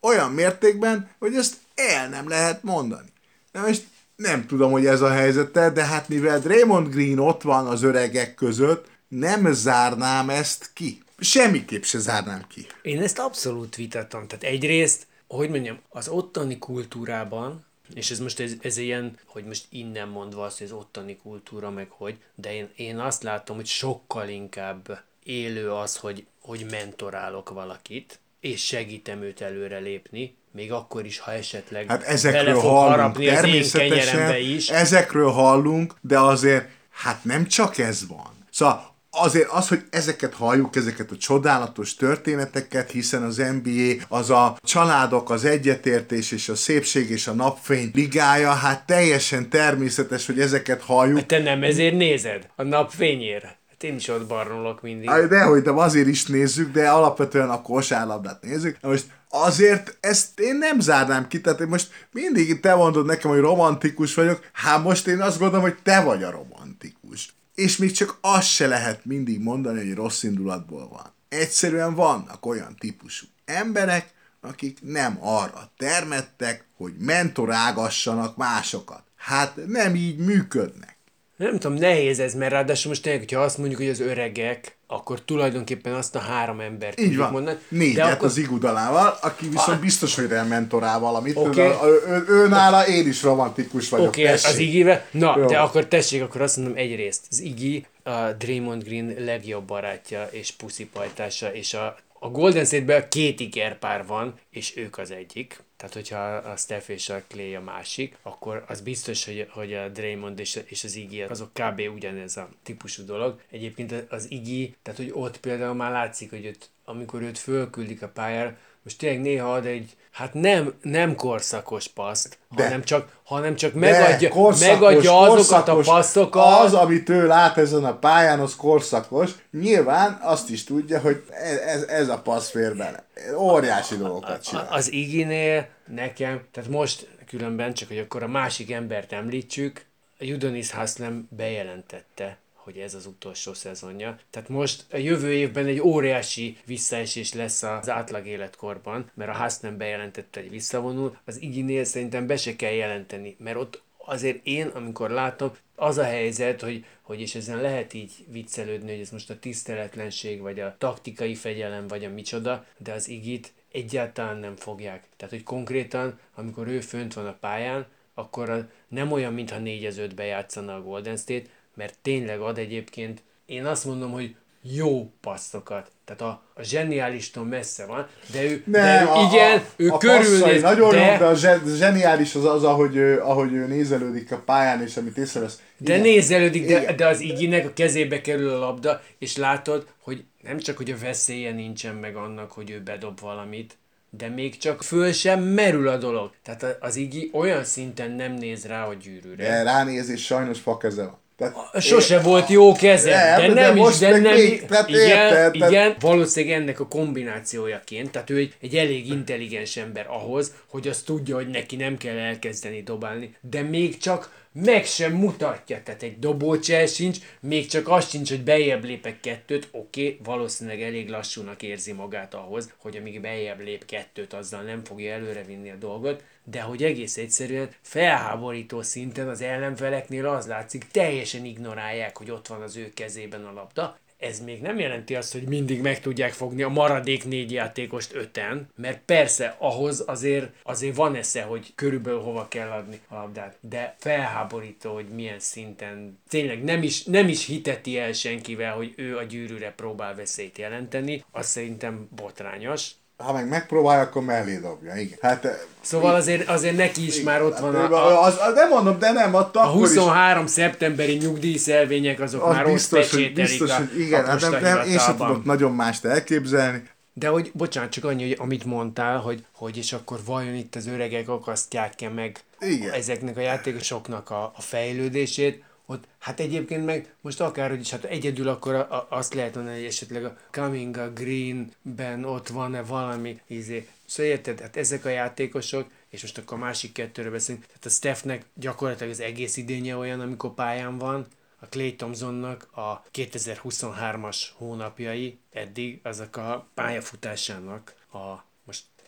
Speaker 3: olyan mértékben, hogy ezt el nem lehet mondani. Na most nem tudom, hogy ez a helyzete, de hát mivel Draymond Green ott van az öregek között, nem zárnám ezt ki. Semmiképp se zárnám ki.
Speaker 2: Én ezt abszolút vitatom. Tehát egyrészt, hogy mondjam, az ottani kultúrában, és ez most ez, ez ilyen, hogy most innen mondva azt, hogy az ottani kultúra, meg hogy, de én, én azt látom, hogy sokkal inkább élő az, hogy, hogy mentorálok valakit, és segítem őt előre lépni, még akkor is, ha esetleg
Speaker 3: hát
Speaker 2: bele
Speaker 3: ezekről
Speaker 2: fog
Speaker 3: hallunk,
Speaker 2: harapni az én kenyerembe
Speaker 3: természetesen
Speaker 2: is.
Speaker 3: ezekről hallunk, de azért hát nem csak ez van. Szóval azért az, hogy ezeket halljuk, ezeket a csodálatos történeteket, hiszen az en bé á az a családok, az egyetértés és a szépség és a napfény ligája, hát teljesen természetes, hogy ezeket halljuk.
Speaker 2: Hát te nem ezért nézed a napfényére. Hát én is ott barnolok mindig.
Speaker 3: Dehogy, de azért is nézzük, de alapvetően a kosárlabdát nézzük. Most azért ezt én nem zárnám ki, tehát én most mindig te mondod nekem, hogy romantikus vagyok, hát most én azt gondolom, hogy te vagy a romantikus. És még csak azt se lehet mindig mondani, hogy rossz indulatból van. Egyszerűen vannak olyan típusú emberek, akik nem arra termettek, hogy mentorágassanak másokat. Hát nem így működnek.
Speaker 2: Nem tudom, nehéz ez, mert ráadásul most tényleg, hogyha azt mondjuk, hogy az öregek, akkor tulajdonképpen azt a három embert
Speaker 3: így van,
Speaker 2: mondani.
Speaker 3: négyet
Speaker 2: akkor...
Speaker 3: az igudalával, aki viszont biztos, hogy mentorál valamit.
Speaker 2: Okay.
Speaker 3: Ő, ő, ő nála én is romantikus vagyok.
Speaker 2: Oké, okay, az Iggyvel. Na,
Speaker 3: jó.
Speaker 2: De akkor tessék, akkor azt mondom egyrészt. Az Iggy a Draymond Green legjobb barátja és puszipajtása, és a, a Golden State-ben két ikerpár van, és ők az egyik. Tehát, hogyha a Steph és a Clay a másik, akkor az biztos, hogy, hogy a Draymond és, és az Iggy azok kb. Ugyanez a típusú dolog. Egyébként az Iggy, tehát, hogy ott például már látszik, hogy ott, amikor őt fölküldik a pályára, most tényleg néha ad egy, hát nem, nem korszakos paszt,
Speaker 3: de,
Speaker 2: hanem csak, hanem csak
Speaker 3: de,
Speaker 2: megadja,
Speaker 3: korszakos,
Speaker 2: megadja azokat
Speaker 3: korszakos,
Speaker 2: a passzokat.
Speaker 3: Az, amit ő lát ezen a pályán, az korszakos. Nyilván azt is tudja, hogy ez, ez a passz fér bele. Óriási dolgokat csinál.
Speaker 2: Az Iggynél nekem, tehát most különben csak, hogy akkor a másik embert említsük, a Udonis Haslem bejelentette, hogy ez az utolsó szezonja. Tehát most a jövő évben egy óriási visszaesés lesz az átlag életkorban, mert a Haslem bejelentette, hogy visszavonul, az Iggynél szerintem be se kell jelenteni, mert ott azért én, amikor látom, az a helyzet, hogy, hogy és ezen lehet így viccelődni, hogy ez most a tiszteletlenség, vagy a taktikai fegyelem, vagy a micsoda, de az Iggyt egyáltalán nem fogják. Tehát, hogy konkrétan, amikor ő fönt van a pályán, akkor a, nem olyan, mintha négy az ötbe játszana a Golden State, mert tényleg ad egyébként, én azt mondom, hogy jó passzokat. Tehát a, a zseniálistól messze van, de ő,
Speaker 3: Nem,
Speaker 2: de ő
Speaker 3: a,
Speaker 2: igen,
Speaker 3: a,
Speaker 2: ő
Speaker 3: a
Speaker 2: körülnéz,
Speaker 3: nagyon
Speaker 2: de...
Speaker 3: jó, de a zseniális az az, ahogy ő, ahogy ő nézelődik a pályán, és amit észrevesz.
Speaker 2: De nézelődik, de, de az Iggynek a kezébe kerül a labda, és látod, hogy nem csak, hogy a veszélye nincsen meg annak, hogy ő bedob valamit, de még csak föl sem merül a dolog. Tehát az Iggy olyan szinten nem néz rá a gyűrűre.
Speaker 3: De ránéz, és sajnos fakeze van. Tehát,
Speaker 2: Sose é, volt jó keze,
Speaker 3: nem,
Speaker 2: de,
Speaker 3: de
Speaker 2: nem is, de nem
Speaker 3: még, tehát
Speaker 2: igen,
Speaker 3: érted,
Speaker 2: igen,
Speaker 3: tehát...
Speaker 2: valószínűleg ennek a kombinációjaként, tehát ő egy, egy elég intelligens ember ahhoz, hogy azt tudja, hogy neki nem kell elkezdeni dobálni, de még csak meg sem mutatja, tehát egy dobócsel sincs, még csak az sincs, hogy bejjebb lépek kettőt, oké, okay, valószínűleg elég lassúnak érzi magát ahhoz, hogy amíg bejjebb lép kettőt, azzal nem fogja előrevinni a dolgot, de hogy egész egyszerűen felháborító szinten az ellenfeleknél az látszik, teljesen ignorálják, hogy ott van az ő kezében a labda. Ez még nem jelenti azt, hogy mindig meg tudják fogni a maradék négy játékost öten, mert persze ahhoz azért, azért van esze, hogy körülbelül hova kell adni a labdát, de felháborító, hogy milyen szinten tényleg nem is, nem is hiteti el senkivel, hogy ő a gyűrűre próbál veszélyt jelenteni, az szerintem botrányos.
Speaker 3: Ha meg megpróbálja, akkor mellé dobja, igen. Hát,
Speaker 2: szóval azért, azért neki is igen, már ott van a...
Speaker 3: a az, az, nem mondom, de nem, ott
Speaker 2: a huszonhárom is, szeptemberi nyugdíjszelvények azok az már biztos, ott pecsételik
Speaker 3: biztos,
Speaker 2: a,
Speaker 3: hogy igen,
Speaker 2: a
Speaker 3: hát nem, nem, én sem tudok nagyon mást elképzelni.
Speaker 2: De hogy, bocsánat, csak annyi, hogy amit mondtál, hogy, hogy és akkor vajon itt az öregek akasztják-e meg igen. ezeknek a játékosoknak a, a fejlődését, ott, hát egyébként meg most akárhogy is, hát egyedül akkor a, a, azt lehet mondani, hogy esetleg a Kuminga Greenben ott van-e valami izé. Szóval érted, hát ezek a játékosok, és most akkor a másik kettőről beszélünk, tehát a Stephnek gyakorlatilag az egész idénye olyan, amikor pályán van, a Klay Thompsonnak a kétezer-huszonhármas hónapjai eddig azok a pályafutásának a most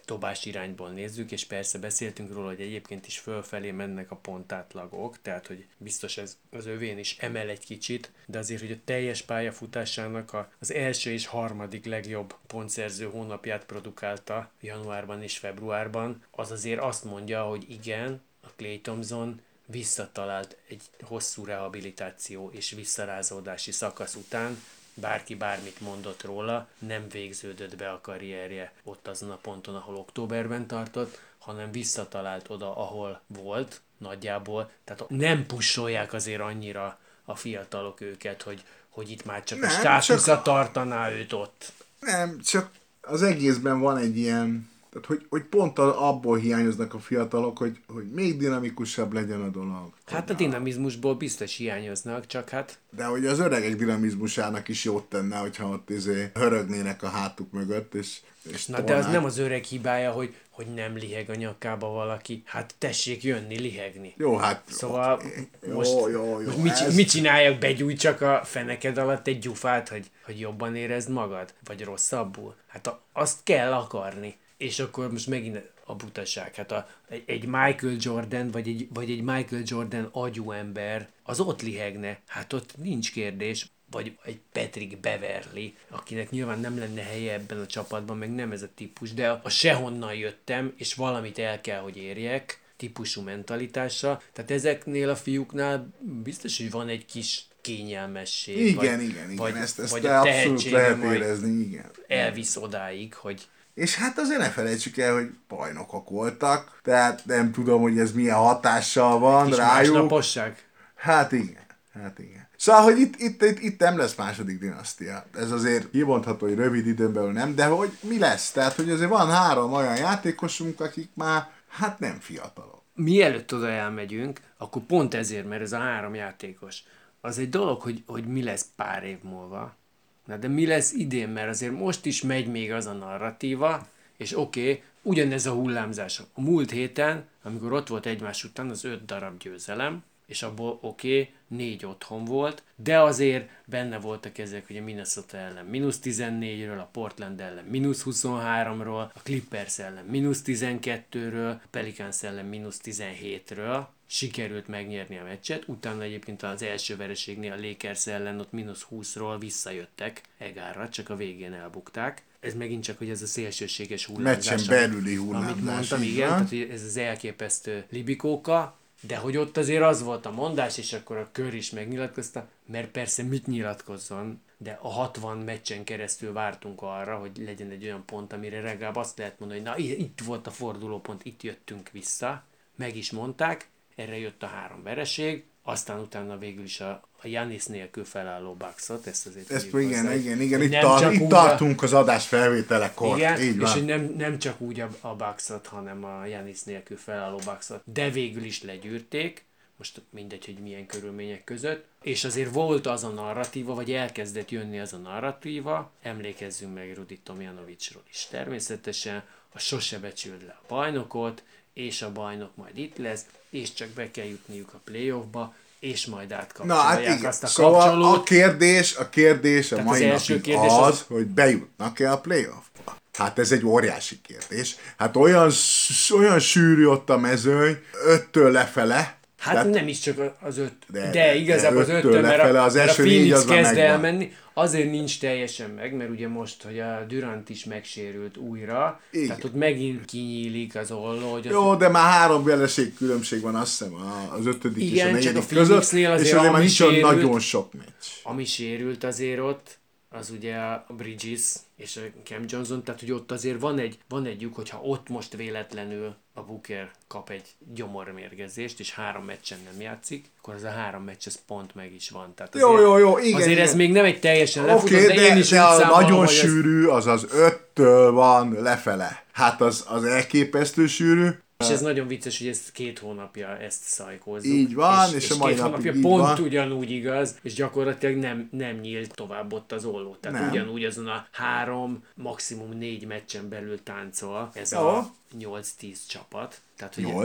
Speaker 2: dobás irányból nézzük, és persze beszéltünk róla, hogy egyébként is fölfelé mennek a pontátlagok, tehát hogy biztos ez az övén is emel egy kicsit, de azért, hogy a teljes pályafutásának a, az első és harmadik legjobb pontszerző hónapját produkálta januárban és februárban, az azért azt mondja, hogy igen, a Klay Thompson visszatalált egy hosszú rehabilitáció és visszarázódási szakasz után, bárki bármit mondott róla, nem végződött be a karrierje ott azon a ponton, ahol októberben tartott, hanem visszatalált oda, ahol volt nagyjából. Tehát nem pusolják azért annyira a fiatalok őket, hogy, hogy itt már csak nem, a státusza csak... tartaná őt ott.
Speaker 3: Nem, csak az egészben van egy ilyen, tehát hogy, hogy pont abból hiányoznak a fiatalok, hogy, hogy még dinamikusabb legyen a dolog.
Speaker 2: Hát a dinamizmusból biztos hiányoznak, csak hát...
Speaker 3: De hogy az öregek dinamizmusának is jót tenne, hogyha ott izé hörögnének a hátuk mögött, és, és
Speaker 2: Na tolnák. De az nem az öreg hibája, hogy, hogy nem liheg a nyakába valaki. Hát tessék jönni, lihegni.
Speaker 3: Jó, hát...
Speaker 2: Szóval
Speaker 3: okay.
Speaker 2: most,
Speaker 3: jó, jó, jó,
Speaker 2: most mit,
Speaker 3: ez...
Speaker 2: mit csináljak? Begyújt csak a feneked alatt egy gyufát, hogy, hogy jobban érezd magad? Vagy rosszabbul? Hát a, azt kell akarni. És akkor most megint a butaság. Hát a, egy, egy Michael Jordan, vagy egy, vagy egy Michael Jordan agyú ember, az ott lihegne. Hát ott nincs kérdés. Vagy egy Patrick Beverley, akinek nyilván nem lenne helye ebben a csapatban, meg nem ez a típus, de a sehonnan jöttem, és valamit el kell, hogy érjek, típusú mentalitása. Tehát ezeknél a fiúknál biztos, hogy van egy kis kényelmesség.
Speaker 3: Igen,
Speaker 2: vagy,
Speaker 3: igen, igen.
Speaker 2: Vagy,
Speaker 3: ezt ezt
Speaker 2: vagy a
Speaker 3: abszolút lehet érezni, igen.
Speaker 2: Elvisz odáig, hogy...
Speaker 3: És hát azért ne felejtsük el, hogy bajnokok voltak, tehát nem tudom, hogy ez milyen hatással van
Speaker 2: kis
Speaker 3: rájuk.
Speaker 2: Másnaposság?
Speaker 3: Hát igen, hát igen. Szóval, hogy itt, itt, itt, itt nem lesz második dinasztia. Ez azért kimondható, hogy rövid időn belül nem, de hogy mi lesz? Tehát, hogy azért van három olyan játékosunk, akik már hát nem fiatalok.
Speaker 2: Mielőtt oda elmegyünk, akkor pont ezért, mert ez a három játékos, az egy dolog, hogy, hogy mi lesz pár év múlva. Na de mi lesz idén, mert azért most is megy még az a narratíva, és oké, okay, ugyanez a hullámzás. A múlt héten, amikor ott volt egymás után az öt darab győzelem, és abból oké, okay, négy otthon volt, de azért benne voltak ezek, hogy a Minnesota ellen mínusz tizennégyről, a Portland ellen mínusz huszonháromról, a Clippers ellen mínusz tizenkettőről, a Pelicans ellen mínusz tizenhétről sikerült megnyerni a meccset, utána egyébként az első vereségnél a Lakers ellen ott mínusz húszról visszajöttek egárra, csak a végén elbukták. Ez megint csak, hogy ez a szélsőséges hullámzás,
Speaker 3: meccsen belüli hullámzás,
Speaker 2: amit mondtam, igen, tehát hogy ez az elképesztő libikóka, de hogy ott azért az volt a mondás, és akkor a Kör is megnyilatkozta, mert persze mit nyilatkozzon, de a hatvan meccsen keresztül vártunk arra, hogy legyen egy olyan pont, amire legalább azt lehet mondani, hogy na itt volt a fordulópont, itt jöttünk vissza, meg is mondták, erre jött a három vereség, aztán utána végül is a, a Giannis nélkül felálló Bucksot, ezt azért
Speaker 3: ezt igen,
Speaker 2: hozzá,
Speaker 3: igen, igen, itt, tar- itt tartunk a, az adás felvételekor.
Speaker 2: Igen,
Speaker 3: így van.
Speaker 2: és hogy nem, nem csak úgy a, a Bucksot, hanem a Giannis nélkül felálló Bucksot, de végül is legyűrték, most mindegy, hogy milyen körülmények között, és azért volt az a narratíva, vagy elkezdett jönni az a narratíva, emlékezzünk meg Rudi Tomjanovicsról is természetesen, a sose becsüld le a bajnokot, és a bajnok majd itt lesz, és csak be kell jutniuk a playoffba, és majd átkapcsolják hát azt a
Speaker 3: szóval
Speaker 2: kapcsolót.
Speaker 3: a kérdés, a kérdés a
Speaker 2: Tehát
Speaker 3: mai
Speaker 2: az
Speaker 3: napig az, az, hogy bejutnak-e a playoffba. Hát ez egy óriási kérdés. Hát olyan, olyan sűrű ott a mezőny, öttől lefele.
Speaker 2: Hát
Speaker 3: tehát,
Speaker 2: nem is csak az öt, de,
Speaker 3: de,
Speaker 2: de igazából az öttől, mert a,
Speaker 3: az
Speaker 2: mert a Phoenix kezd
Speaker 3: megvan.
Speaker 2: elmenni. Azért nincs teljesen meg, mert ugye most, hogy a Durant is megsérült újra, igen. Tehát ott megint kinyílik az olló. Hogy
Speaker 3: jó,
Speaker 2: az...
Speaker 3: de már három vereség különbség van, azt hiszem, az ötödik igen, és a negyedik között,
Speaker 2: azért,
Speaker 3: és azért már nincs nagyon sok meccs.
Speaker 2: Ami sérült azért ott, az ugye a Bridges és a Cam Johnson, tehát hogy ott azért van egy, van egy lyuk, hogyha ott most véletlenül a Booker kap egy gyomormérgezést, és három meccsen nem játszik, akkor az a három meccs, ez pont meg is van. Tehát
Speaker 3: jó, jó, jó, igen.
Speaker 2: Azért
Speaker 3: igen.
Speaker 2: ez még nem egy teljesen lefutott,
Speaker 3: okay,
Speaker 2: de,
Speaker 3: de én
Speaker 2: is
Speaker 3: de a
Speaker 2: számolom,
Speaker 3: nagyon sűrű, az az öttől van lefele. Hát az, az elképesztő sűrű.
Speaker 2: És ez nagyon vicces, hogy ezt két hónapja ezt szajkózzuk.
Speaker 3: Így van, és,
Speaker 2: és,
Speaker 3: és
Speaker 2: és
Speaker 3: a mai
Speaker 2: két hónapja
Speaker 3: napig
Speaker 2: pont
Speaker 3: van.
Speaker 2: ugyanúgy igaz, és gyakorlatilag nem, nem nyílt tovább ott az olló. Tehát nem. Ugyanúgy azon a három, maximum négy meccsen belül táncol ez Jó. a nyolc-tíz csapat. Tehát,
Speaker 3: nyolc?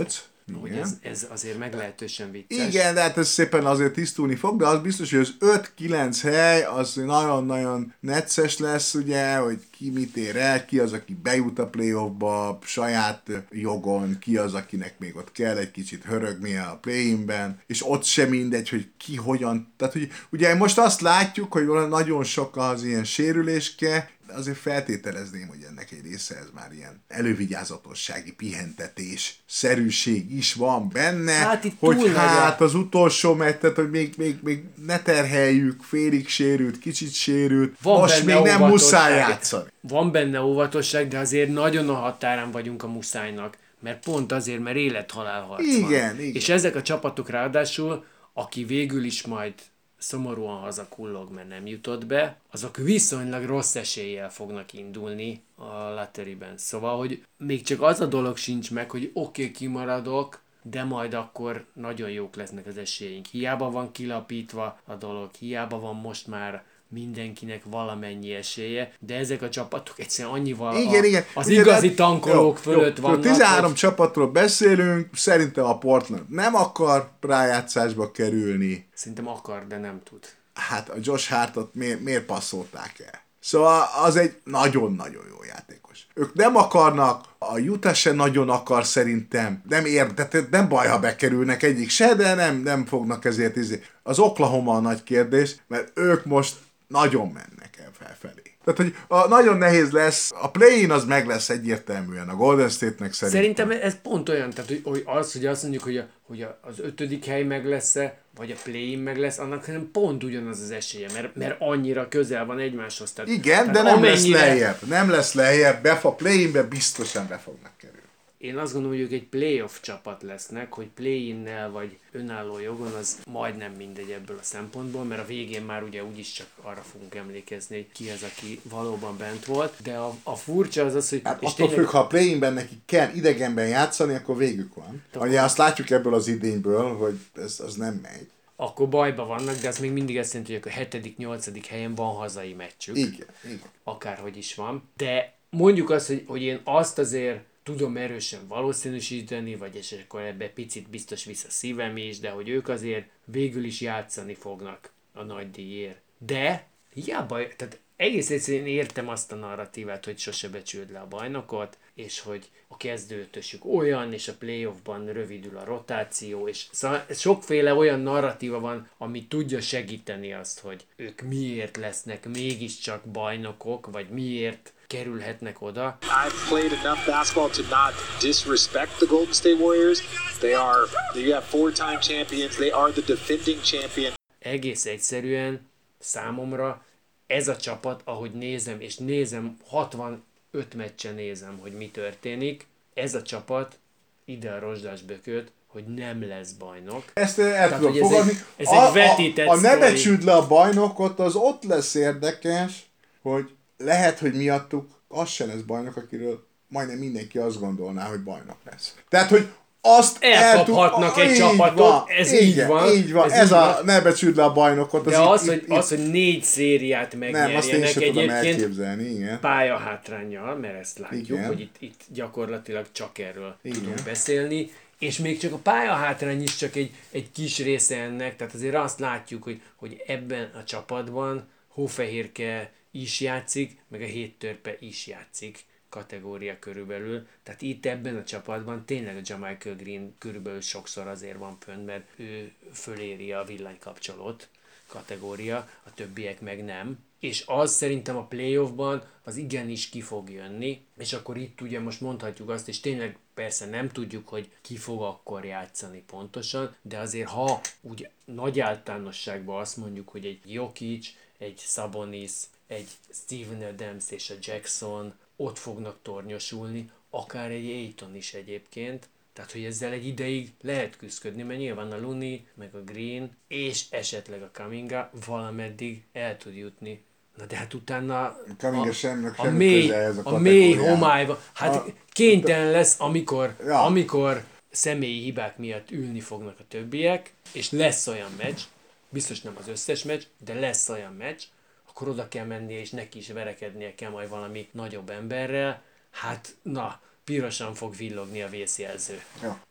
Speaker 2: Hogy ez, ez azért meglehetősen vicces.
Speaker 3: Igen, de hát ez szépen azért tisztulni fog, de az biztos, hogy az öt-kilenc hely az nagyon-nagyon necces lesz, ugye, hogy ki mit ér el, ki az, aki bejut a playoffba saját jogon, ki az, akinek még ott kell egy kicsit hörögnie a play-inben, és ott sem mindegy, hogy ki hogyan, tehát hogy ugye most azt látjuk, hogy nagyon sok az ilyen sérüléske, azért feltételezném, hogy ennek egy része ez már ilyen elővigyázatossági pihentetés szerűség is van benne,
Speaker 2: hát
Speaker 3: hogy hát az utolsó meccs, tehát hogy még, még, még ne terheljük, félig sérült, kicsit sérült, van most még nem muszáj játszani.
Speaker 2: Van benne óvatosság, de azért nagyon a határán vagyunk a muszájnak, mert pont azért, mert élet-halál harc
Speaker 3: igen,
Speaker 2: van.
Speaker 3: igen.
Speaker 2: És ezek a csapatok ráadásul, aki végül is majd szomorúan hazakullog, mert nem jutott be, azok viszonylag rossz eséllyel fognak indulni a lotteryben. Szóval, hogy még csak az a dolog sincs meg, hogy oké, okay, kimaradok, de majd akkor nagyon jók lesznek az esélyeink. Hiába van kilapítva a dolog, hiába van most már mindenkinek valamennyi esélye, de ezek a csapatok egyszerűen annyival
Speaker 3: igen,
Speaker 2: a,
Speaker 3: igen.
Speaker 2: az
Speaker 3: igen,
Speaker 2: igazi
Speaker 3: de,
Speaker 2: tankolók jó, fölött
Speaker 3: jó,
Speaker 2: vannak.
Speaker 3: tizenhárom
Speaker 2: hogy...
Speaker 3: csapatról beszélünk, szerintem a Portland nem akar rájátszásba kerülni.
Speaker 2: Szerintem akar, de nem tud.
Speaker 3: Hát a Josh Hartot miért, miért passzolták el? Szóval az egy nagyon-nagyon jó játékos. Ők nem akarnak, a Utah se nagyon akar szerintem, nem ér, tehát nem baj, ha bekerülnek egyik se, de nem, nem fognak ezért izé. Az Oklahoma a nagy kérdés, mert ők most nagyon mennek el felfelé. Tehát, hogy a, nagyon nehéz lesz, a play-in az meg lesz egyértelműen a Golden State-nek szerintem.
Speaker 2: Szerintem ez pont olyan, tehát hogy, hogy az, hogy azt mondjuk, hogy, a, hogy a, az ötödik hely meg lesz-e, vagy a play-in meg lesz, annak nem pont ugyanaz az esélye, mert, mert annyira közel van egymáshoz. Tehát,
Speaker 3: igen,
Speaker 2: tehát
Speaker 3: de nem
Speaker 2: amennyire...
Speaker 3: lesz lejjebb. Nem lesz lejjebb, bef- a play-inbe biztosan be fognak kerülni.
Speaker 2: Én azt gondolom, hogy ők egy playoff csapat lesznek, hogy play-innel vagy önálló jogon, az majdnem mindegy ebből a szempontból, mert a végén már ugye úgyis csak arra fogunk emlékezni, hogy ki az, aki valóban bent volt, de a, a furcsa az az, hogy...
Speaker 3: Hát
Speaker 2: és
Speaker 3: attól
Speaker 2: tényleg...
Speaker 3: függ, ha a play-inben nekik kell idegenben játszani, akkor végük van. Ugye azt látjuk ebből az idényből, hogy ez az nem megy.
Speaker 2: Akkor bajba vannak, de az még mindig azt jelenti, hogy a hetedik, nyolcadik helyen van hazai meccsük.
Speaker 3: Igen, igen.
Speaker 2: Akárhogy is van. De mondjuk azt, hogy, hogy én azt azért tudom erősen valószínűsíteni, vagy és akkor ebbe picit biztos vissza szívem is, de hogy ők azért végül is játszani fognak a nagy díjért. De hiába, tehát egész egyszerűen értem azt a narratívát, hogy sose becsüld le a bajnokot, és hogy a kezdőtösük olyan, és a playoffban rövidül a rotáció, és szóval sokféle olyan narratíva van, ami tudja segíteni azt, hogy ők miért lesznek mégiscsak bajnokok, vagy miért kerülhetnek oda.
Speaker 5: I've played enough basketball to not disrespect the Golden State Warriors. They are, you have four-time champions, they are the defending champion.
Speaker 2: Egész egyszerűen számomra ez a csapat, ahogy nézem, és nézem, hatvanöt meccsen nézem, hogy mi történik, ez a csapat ide a rozsdás bököt, hogy nem lesz bajnok.
Speaker 3: Ezt el
Speaker 2: Tehát,
Speaker 3: tudom
Speaker 2: hogy ez
Speaker 3: fogadni.
Speaker 2: egy- ez
Speaker 3: a,
Speaker 2: egy vetített
Speaker 3: a, a ne
Speaker 2: sztori.
Speaker 3: becsüld le a bajnokot, az ott lesz érdekes, hogy lehet, hogy miattuk az se lesz bajnok, akiről majdnem mindenki azt gondolná, hogy bajnok lesz. Tehát, hogy azt
Speaker 2: Elkaphatnak
Speaker 3: el tud...
Speaker 2: egy
Speaker 3: így
Speaker 2: csapatot,
Speaker 3: van,
Speaker 2: ez
Speaker 3: igen,
Speaker 2: így van.
Speaker 3: Így van, ez,
Speaker 2: ez
Speaker 3: ez
Speaker 2: így
Speaker 3: a
Speaker 2: van.
Speaker 3: ne becsüld le a bajnokot.
Speaker 2: De
Speaker 3: az,
Speaker 2: az,
Speaker 3: itt,
Speaker 2: hogy,
Speaker 3: itt,
Speaker 2: az, hogy négy szériát
Speaker 3: nem, azt én
Speaker 2: megnyerjenek
Speaker 3: sem tudom
Speaker 2: egyébként
Speaker 3: elképzelni, igen.
Speaker 2: pályahátránnyal, mert ezt látjuk,
Speaker 3: Igen.
Speaker 2: hogy itt, itt gyakorlatilag csak erről
Speaker 3: Igen.
Speaker 2: tudunk beszélni, és még csak a pályahátrány is csak egy, egy kis része ennek, tehát azért azt látjuk, hogy, hogy ebben a csapatban Hófehérke is játszik, meg a Héttörpe is játszik kategória körülbelül. Tehát itt ebben a csapatban tényleg a Jamichael Green körülbelül sokszor azért van fönn, mert ő föléri a villanykapcsolót kategória, a többiek meg nem. És az szerintem a playoffban az igenis ki fog jönni, és akkor itt ugye most mondhatjuk azt, és tényleg persze nem tudjuk, hogy ki fog akkor játszani pontosan, de azért ha úgy nagy általánosságban azt mondjuk, hogy egy Jokic, egy Sabonis, egy Steven Adams és a Jackson ott fognak tornyosulni, akár egy Ayton is egyébként, tehát hogy ezzel egy ideig lehet küzdködni, mert nyilván a Looney, meg a Green, és esetleg a Kuminga valameddig el tud jutni. Na de hát utána a,
Speaker 3: Kuminga semmi-
Speaker 2: a
Speaker 3: semmi
Speaker 2: mély,
Speaker 3: köze ehhez a
Speaker 2: a mély
Speaker 3: kategóriához.
Speaker 2: homályba, hát
Speaker 3: A-
Speaker 2: kénytelen lesz, amikor,
Speaker 3: Ja.
Speaker 2: amikor személyi hibák miatt ülni fognak a többiek, és lesz olyan meccs, biztos nem az összes meccs, de lesz olyan meccs, akkor oda kell mennie, és neki is verekednie kell majd valami nagyobb emberrel, hát na, pirosan fog villogni a vészjelző.
Speaker 3: Jó, oké.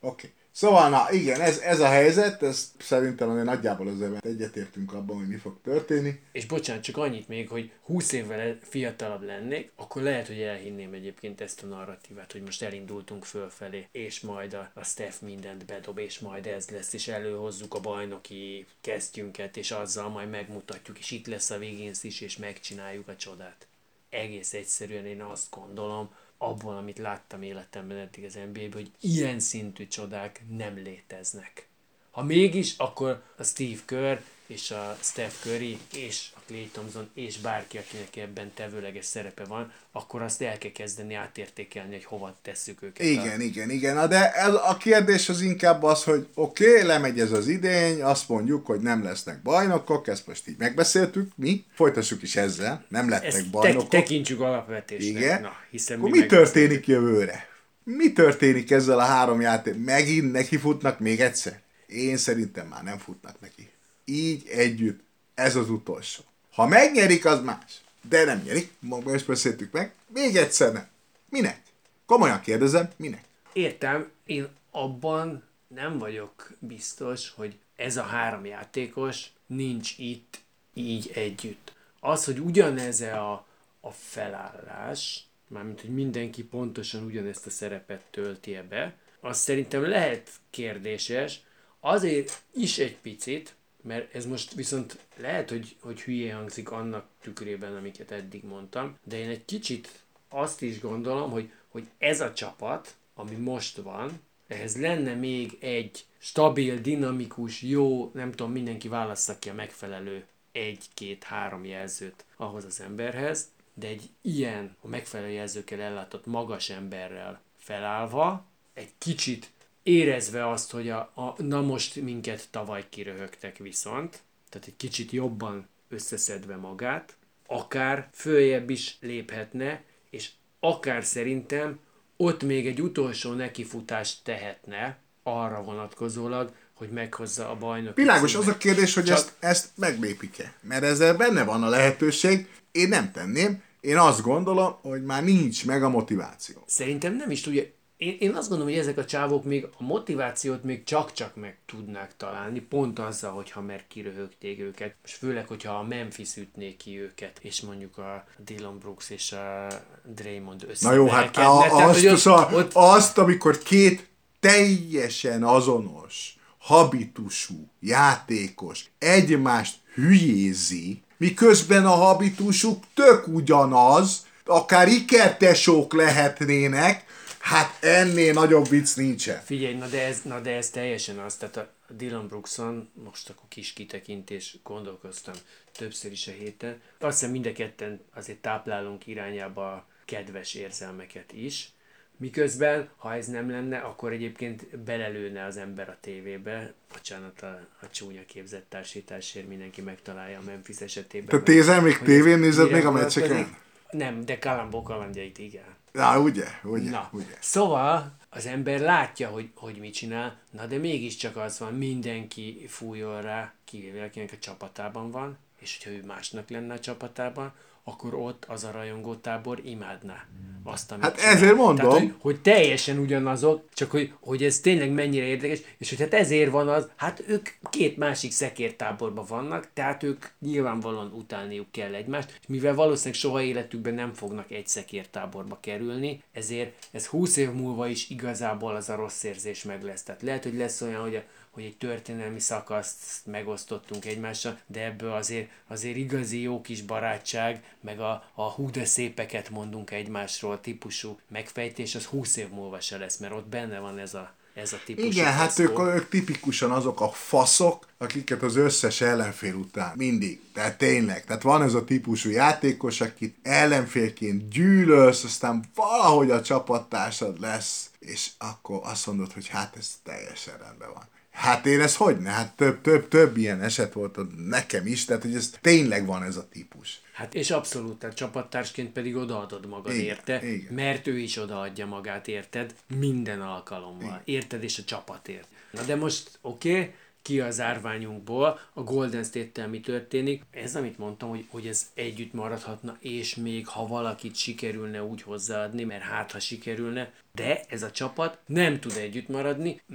Speaker 3: Szóval, na igen, ez, ez a helyzet, ez szerintem azért nagyjából azért egyetértünk abban, hogy mi fog történni.
Speaker 2: És bocsánat, csak annyit még, hogy húsz évvel fiatalabb lennék, akkor lehet, hogy elhinném egyébként ezt a narratívát, hogy most elindultunk fölfelé, és majd a, a Steph mindent bedob, és majd ez lesz, és előhozzuk a bajnoki kesztyünket, és azzal majd megmutatjuk, és itt lesz a Wiggins is, és megcsináljuk a csodát. Egész egyszerűen én azt gondolom, abból, amit láttam életemben eddig az en bé á-ben, hogy ilyen szintű csodák nem léteznek. Ha mégis, akkor a Steve Kerr és a Steph Curry és a Klay Thompson és bárki, akinek ebben tevőleges szerepe van, akkor azt el kell kezdeni átértékelni, hogy hova tesszük őket.
Speaker 3: Igen, a... igen, igen. Na de ez, a kérdés az inkább az, hogy oké, okay, lemegy ez az idény, azt mondjuk, hogy nem lesznek bajnokok, ezt most így megbeszéltük, mi? Folytassuk is ezzel, nem lettek
Speaker 2: ezt
Speaker 3: bajnokok.
Speaker 2: Te- tekintsük alapvetésnek.
Speaker 3: Igen.
Speaker 2: Na, hiszen
Speaker 3: Akkor
Speaker 2: mi
Speaker 3: mi történik jövőre? Mi történik ezzel a három játék? Megint neki futnak még egyszer? Én szerintem már nem futnak neki. Így együtt, ez az utolsó. Ha megnyerik, az más. De nem nyerik, most beszéltük meg, még egyszer nem. Minek? Komolyan kérdezem, minek?
Speaker 2: Értem, én abban nem vagyok biztos, hogy ez a három játékos nincs itt így együtt. Az, hogy ugyanez a, a felállás, mármint, hogy mindenki pontosan ugyanezt a szerepet tölti be, az szerintem lehet kérdéses, azért is egy picit, mert ez most viszont lehet, hogy, hogy hülyé hangzik annak tükrében, amiket eddig mondtam, de én egy kicsit azt is gondolom, hogy, hogy ez a csapat, ami most van, ehhez lenne még egy stabil, dinamikus, jó, nem tudom, mindenki válassza ki a megfelelő egy-két-három jelzőt ahhoz az emberhez, de egy ilyen, a megfelelő jelzőkkel ellátott magas emberrel felállva, egy kicsit érezve azt, hogy a, a, na most minket tavaly kiröhögtek viszont, tehát egy kicsit jobban összeszedve magát, akár följebb is léphetne, és akár szerintem ott még egy utolsó nekifutást tehetne arra vonatkozólag, hogy meghozza a bajnoki
Speaker 3: Világos,
Speaker 2: címet.
Speaker 3: az a kérdés, hogy
Speaker 2: Csak...
Speaker 3: ezt, ezt meglépik-e. Mert ezzel benne van a lehetőség, én nem tenném, én azt gondolom, hogy már nincs meg a motiváció.
Speaker 2: Szerintem nem is tudja. Én, én azt gondolom, hogy ezek a csávok még a motivációt még csak-csak meg tudnák találni, pont azzal, hogyha mert kiröhögték őket, és főleg, hogyha a Memphis ütné ki őket, és mondjuk a Dillon Brooks és a Draymond
Speaker 3: Na jó, hát a,
Speaker 2: Tehát,
Speaker 3: azt,
Speaker 2: ott,
Speaker 3: a,
Speaker 2: ott...
Speaker 3: azt, amikor két teljesen azonos, habitusú játékos egymást hülyézi, miközben a habitusuk tök ugyanaz, akár ikertesók lehetnének, hát ennél nagyobb vicc nincsen.
Speaker 2: Figyelj, na de ez, na de ez teljesen az, tehát a Dillon Brookson, most akkor kis kitekintés, gondolkoztam többször is a héten, azt hiszem mind a ketten azért táplálunk irányába a kedves érzelmeket is, miközben, ha ez nem lenne, akkor egyébként belelőne az ember a tévébe, bocsánat a, a csúnya képzett társításért, mindenki megtalálja a Memphis esetében.
Speaker 3: Te tézel még tévén nézed még a meccseket?
Speaker 2: Nem, de Kalambó kalandjait igen.
Speaker 3: Na, ugye, ugye,
Speaker 2: Na,
Speaker 3: ugye.
Speaker 2: Szóval az ember látja, hogy, hogy mit csinál, na de mégiscsak az van, mindenki fújjon rá, kivéve akinek a csapatában van, és hogyha ő másnak lenne a csapatában, akkor ott az a rajongótábor imádná azt, amit
Speaker 3: Hát
Speaker 2: csinál.
Speaker 3: ezért mondom.
Speaker 2: Tehát, hogy, hogy teljesen ugyanazok, csak hogy, hogy ez tényleg mennyire érdekes, és hogy hát ezért van az, hát ők két másik szekértáborban vannak, tehát ők nyilvánvalóan utálniuk kell egymást, és mivel valószínűleg soha életükben nem fognak egy szekértáborba kerülni, ezért ez húsz év múlva is igazából az a rossz érzés meg lesz. Tehát lehet, hogy lesz olyan, hogy a hogy egy történelmi szakaszt megosztottunk egymással, de ebből azért, azért igazi jó kis barátság, meg a, a hú de szépeket mondunk egymásról típusú megfejtés, az húsz év múlva se lesz, mert ott benne van ez a, ez a típusú.
Speaker 3: Igen, hát
Speaker 2: faszkó.
Speaker 3: ők, ők tipikusan azok a faszok, akiket az összes ellenfél után. Mindig. Tehát tényleg. Tehát van ez a típusú játékos, akit ellenfélként gyűlölsz, aztán valahogy a csapattársad lesz, és akkor azt mondod, hogy hát ez teljesen rendben van. Hát én ez hogyne? Hát több, több, több ilyen eset volt nekem is, tehát hogy ez tényleg van ez a típus.
Speaker 2: Hát és abszolút, tehát csapattársként pedig odaadod magad
Speaker 3: Igen,
Speaker 2: érte,
Speaker 3: igen.
Speaker 2: mert ő is odaadja magát, érted? Minden alkalommal. Igen. Érted, és a csapatért. Na de most oké, okay, ki az árványunkból, a Golden State-tel mi történik. Ez, amit mondtam, hogy, hogy ez együtt maradhatna, és még ha valakit sikerülne úgy hozzáadni, mert hát ha sikerülne, de ez a csapat nem tud együtt maradni, mert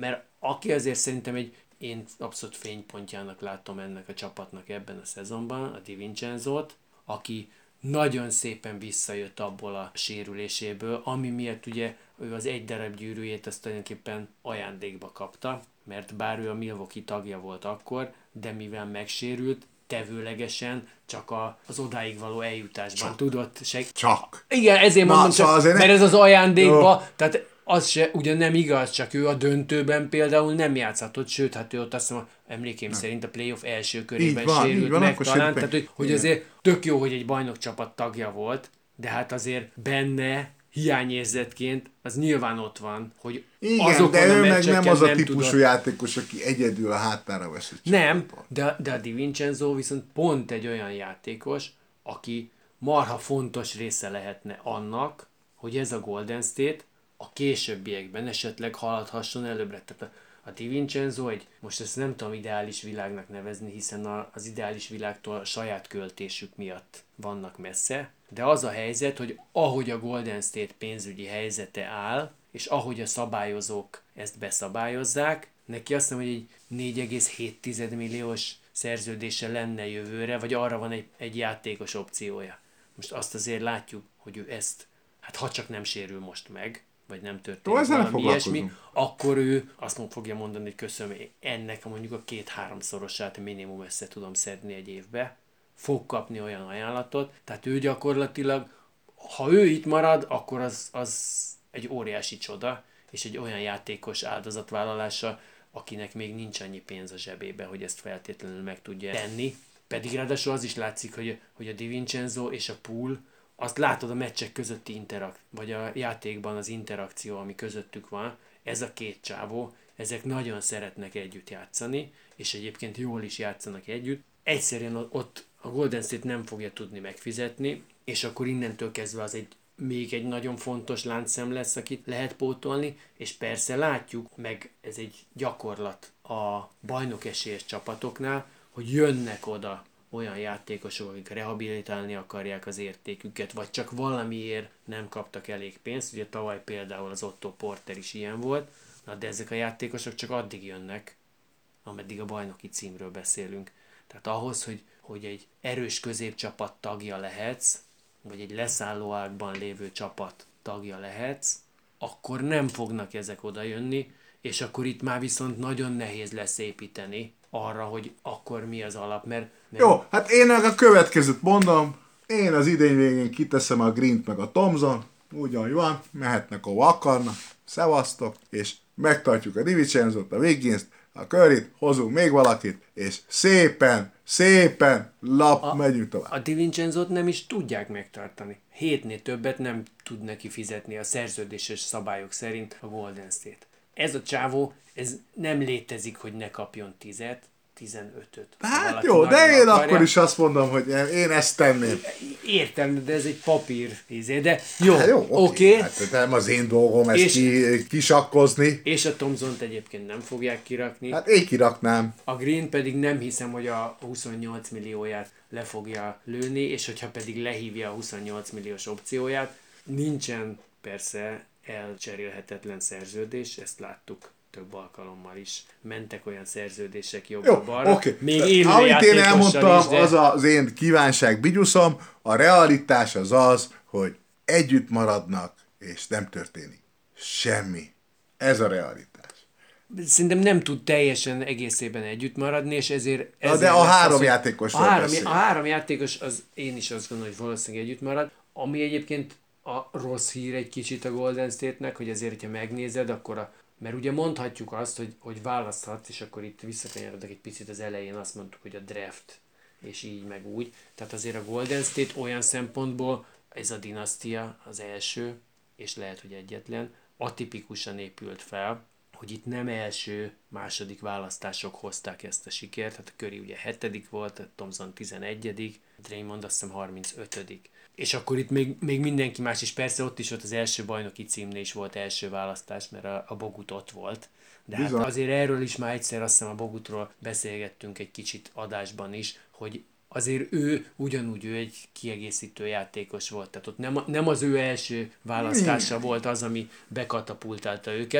Speaker 2: aki azért szerintem egy, én abszolút fénypontjának látom ennek a csapatnak ebben a szezonban, a Di Vincenzót, aki nagyon szépen visszajött abból a sérüléséből, ami miatt ugye ő az egy darab gyűrűjét azt tulajdonképpen ajándékba kapta, mert bár ő a Milwaukee tagja volt akkor, de mivel megsérült, tevőlegesen csak a, az odáig való eljutásban csak. tudott segíteni.
Speaker 3: Csak.
Speaker 2: Igen, ezért
Speaker 3: Na,
Speaker 2: mondom,
Speaker 3: szóval
Speaker 2: csak, mert
Speaker 3: ne...
Speaker 2: ez az ajándékba, jó. Tehát az se ugye nem igaz, csak ő a döntőben például nem játszhatott, sőt, hát ő ott azt hiszem, emlékeim nem. szerint a playoff első körében van, sérült van, meg talán, tehát hogy, hogy azért tök jó, hogy egy bajnokcsapat tagja volt, de hát azért benne hiányérzetként az nyilván ott van, hogy
Speaker 3: igen,
Speaker 2: azokon
Speaker 3: de ő
Speaker 2: a
Speaker 3: meg nem az a
Speaker 2: nem
Speaker 3: típusú
Speaker 2: tudott...
Speaker 3: játékos, aki egyedül a hátára veszi.
Speaker 2: Nem, de, de a Di Vincenzo viszont pont egy olyan játékos, aki marha fontos része lehetne annak, hogy ez a Golden State a későbbiekben esetleg haladhasson előbbre. Tehát a, a Di Vincenzo egy, most ezt nem tudom ideális világnak nevezni, hiszen a, az ideális világtól a saját költésük miatt vannak messze, de az a helyzet, hogy ahogy a Golden State pénzügyi helyzete áll, és ahogy a szabályozók ezt beszabályozzák, neki azt mondom, hogy egy négy egész hét milliós szerződése lenne jövőre, vagy arra van egy, egy játékos opciója. Most azt azért látjuk, hogy ő ezt, hát ha csak nem sérül most meg, vagy nem történik
Speaker 3: Ó,
Speaker 2: valami ilyesmi, akkor ő azt fogja mondani, hogy köszönöm, ennek mondjuk a két-háromszorosát minimum össze tudom szedni egy évbe, fog kapni olyan ajánlatot, tehát ő gyakorlatilag, ha ő itt marad, akkor az, az egy óriási csoda, és egy olyan játékos áldozatvállalása, akinek még nincs annyi pénz a zsebébe, hogy ezt feltétlenül meg tudja tenni. Pedig ráadásul az is látszik, hogy, hogy a Di Vincenzo és a Poole, azt látod a meccsek közötti interak, vagy a játékban az interakció, ami közöttük van, ez a két csávó, ezek nagyon szeretnek együtt játszani, és egyébként jól is játszanak együtt. Egyszerűen ott a Golden State nem fogja tudni megfizetni, és akkor innentől kezdve az egy még egy nagyon fontos láncszem lesz, akit lehet pótolni, és persze látjuk, meg ez egy gyakorlat a bajnokesélyes csapatoknál, hogy jönnek oda olyan játékosok, akik rehabilitálni akarják az értéküket, vagy csak valamiért nem kaptak elég pénzt. Ugye tavaly például az Otto Porter is ilyen volt, na de ezek a játékosok csak addig jönnek, ameddig a bajnoki címről beszélünk. Tehát ahhoz, hogy, hogy egy erős középcsapat tagja lehetsz, vagy egy leszálló ágban lévő csapat tagja lehetsz, akkor nem fognak ezek oda jönni, és akkor itt már viszont nagyon nehéz lesz építeni arra, hogy akkor mi az alap, mert... mert...
Speaker 3: Jó, hát én a következőt mondom, én az idény végén kiteszem a Greent meg a Thompson, úgy, ahogy van, mehetnek ahova akarnak, szevasztok, és megtartjuk a Di Vincenzót, a Wigginst, a Curryt, hozunk még valakit, és szépen, szépen lap, a, megyünk tovább.
Speaker 2: A Di Vincenzót nem is tudják megtartani. Hétnél többet nem tud neki fizetni a szerződéses szabályok szerint a Golden State. Ez a csávó, ez nem létezik, hogy ne kapjon tízet, tizenötöt.
Speaker 3: Hát jó, de én akarja. Akkor is azt mondom, hogy én ezt tenném.
Speaker 2: Értem, de ez egy papír ízé, de jó,
Speaker 3: hát jó
Speaker 2: oké. Okay.
Speaker 3: Hát nem az én dolgom ezt és, ki, kisakkozni.
Speaker 2: És a Thompsont egyébként nem fogják kirakni.
Speaker 3: Hát én kiraknám.
Speaker 2: A Green pedig nem hiszem, hogy a huszonnyolc millióját le fogja lőni, és hogyha pedig lehívja a huszonnyolc milliós opcióját, nincsen persze elcserélhetetlen szerződés, ezt láttuk több alkalommal is. Mentek olyan szerződések jobbra-balra.
Speaker 3: Okay.
Speaker 2: Még élő
Speaker 3: amit én elmondtam,
Speaker 2: is, de...
Speaker 3: az az én kívánság bigyuszom, a realitás az az, hogy együtt maradnak, és nem történik semmi. Ez a realitás.
Speaker 2: Szerintem nem tud teljesen egészében együtt maradni, és ezért... ezért
Speaker 3: de a három az, játékosról
Speaker 2: a három, a három játékos, az én is azt gondolom, hogy valószínűleg együtt marad. Ami egyébként a rossz hír egy kicsit a Golden State-nek, hogy azért, hogyha megnézed, akkor a mert ugye mondhatjuk azt, hogy, hogy választhatsz, és akkor itt visszakanyarodok egy picit az elején, azt mondtuk, hogy a draft, és így meg úgy. Tehát azért a Golden State olyan szempontból, ez a dinasztia az első, és lehet, hogy egyetlen, atipikusan épült fel, hogy itt nem első, második választások hozták ezt a sikert, hát a Curry ugye hetedik volt, a Thompson tizenegyedik, Draymond azt hiszem harmincötödik. És akkor itt még, még mindenki más is, persze ott is ott az első bajnoki címnél is volt első választás, mert a, a Bogut ott volt. De hát azért erről is már egyszer azt hiszem a Bogutról beszélgettünk egy kicsit adásban is, hogy azért ő ugyanúgy ő egy kiegészítő játékos volt. Tehát ott nem, nem az ő első választása volt az, ami bekatapultálta őket.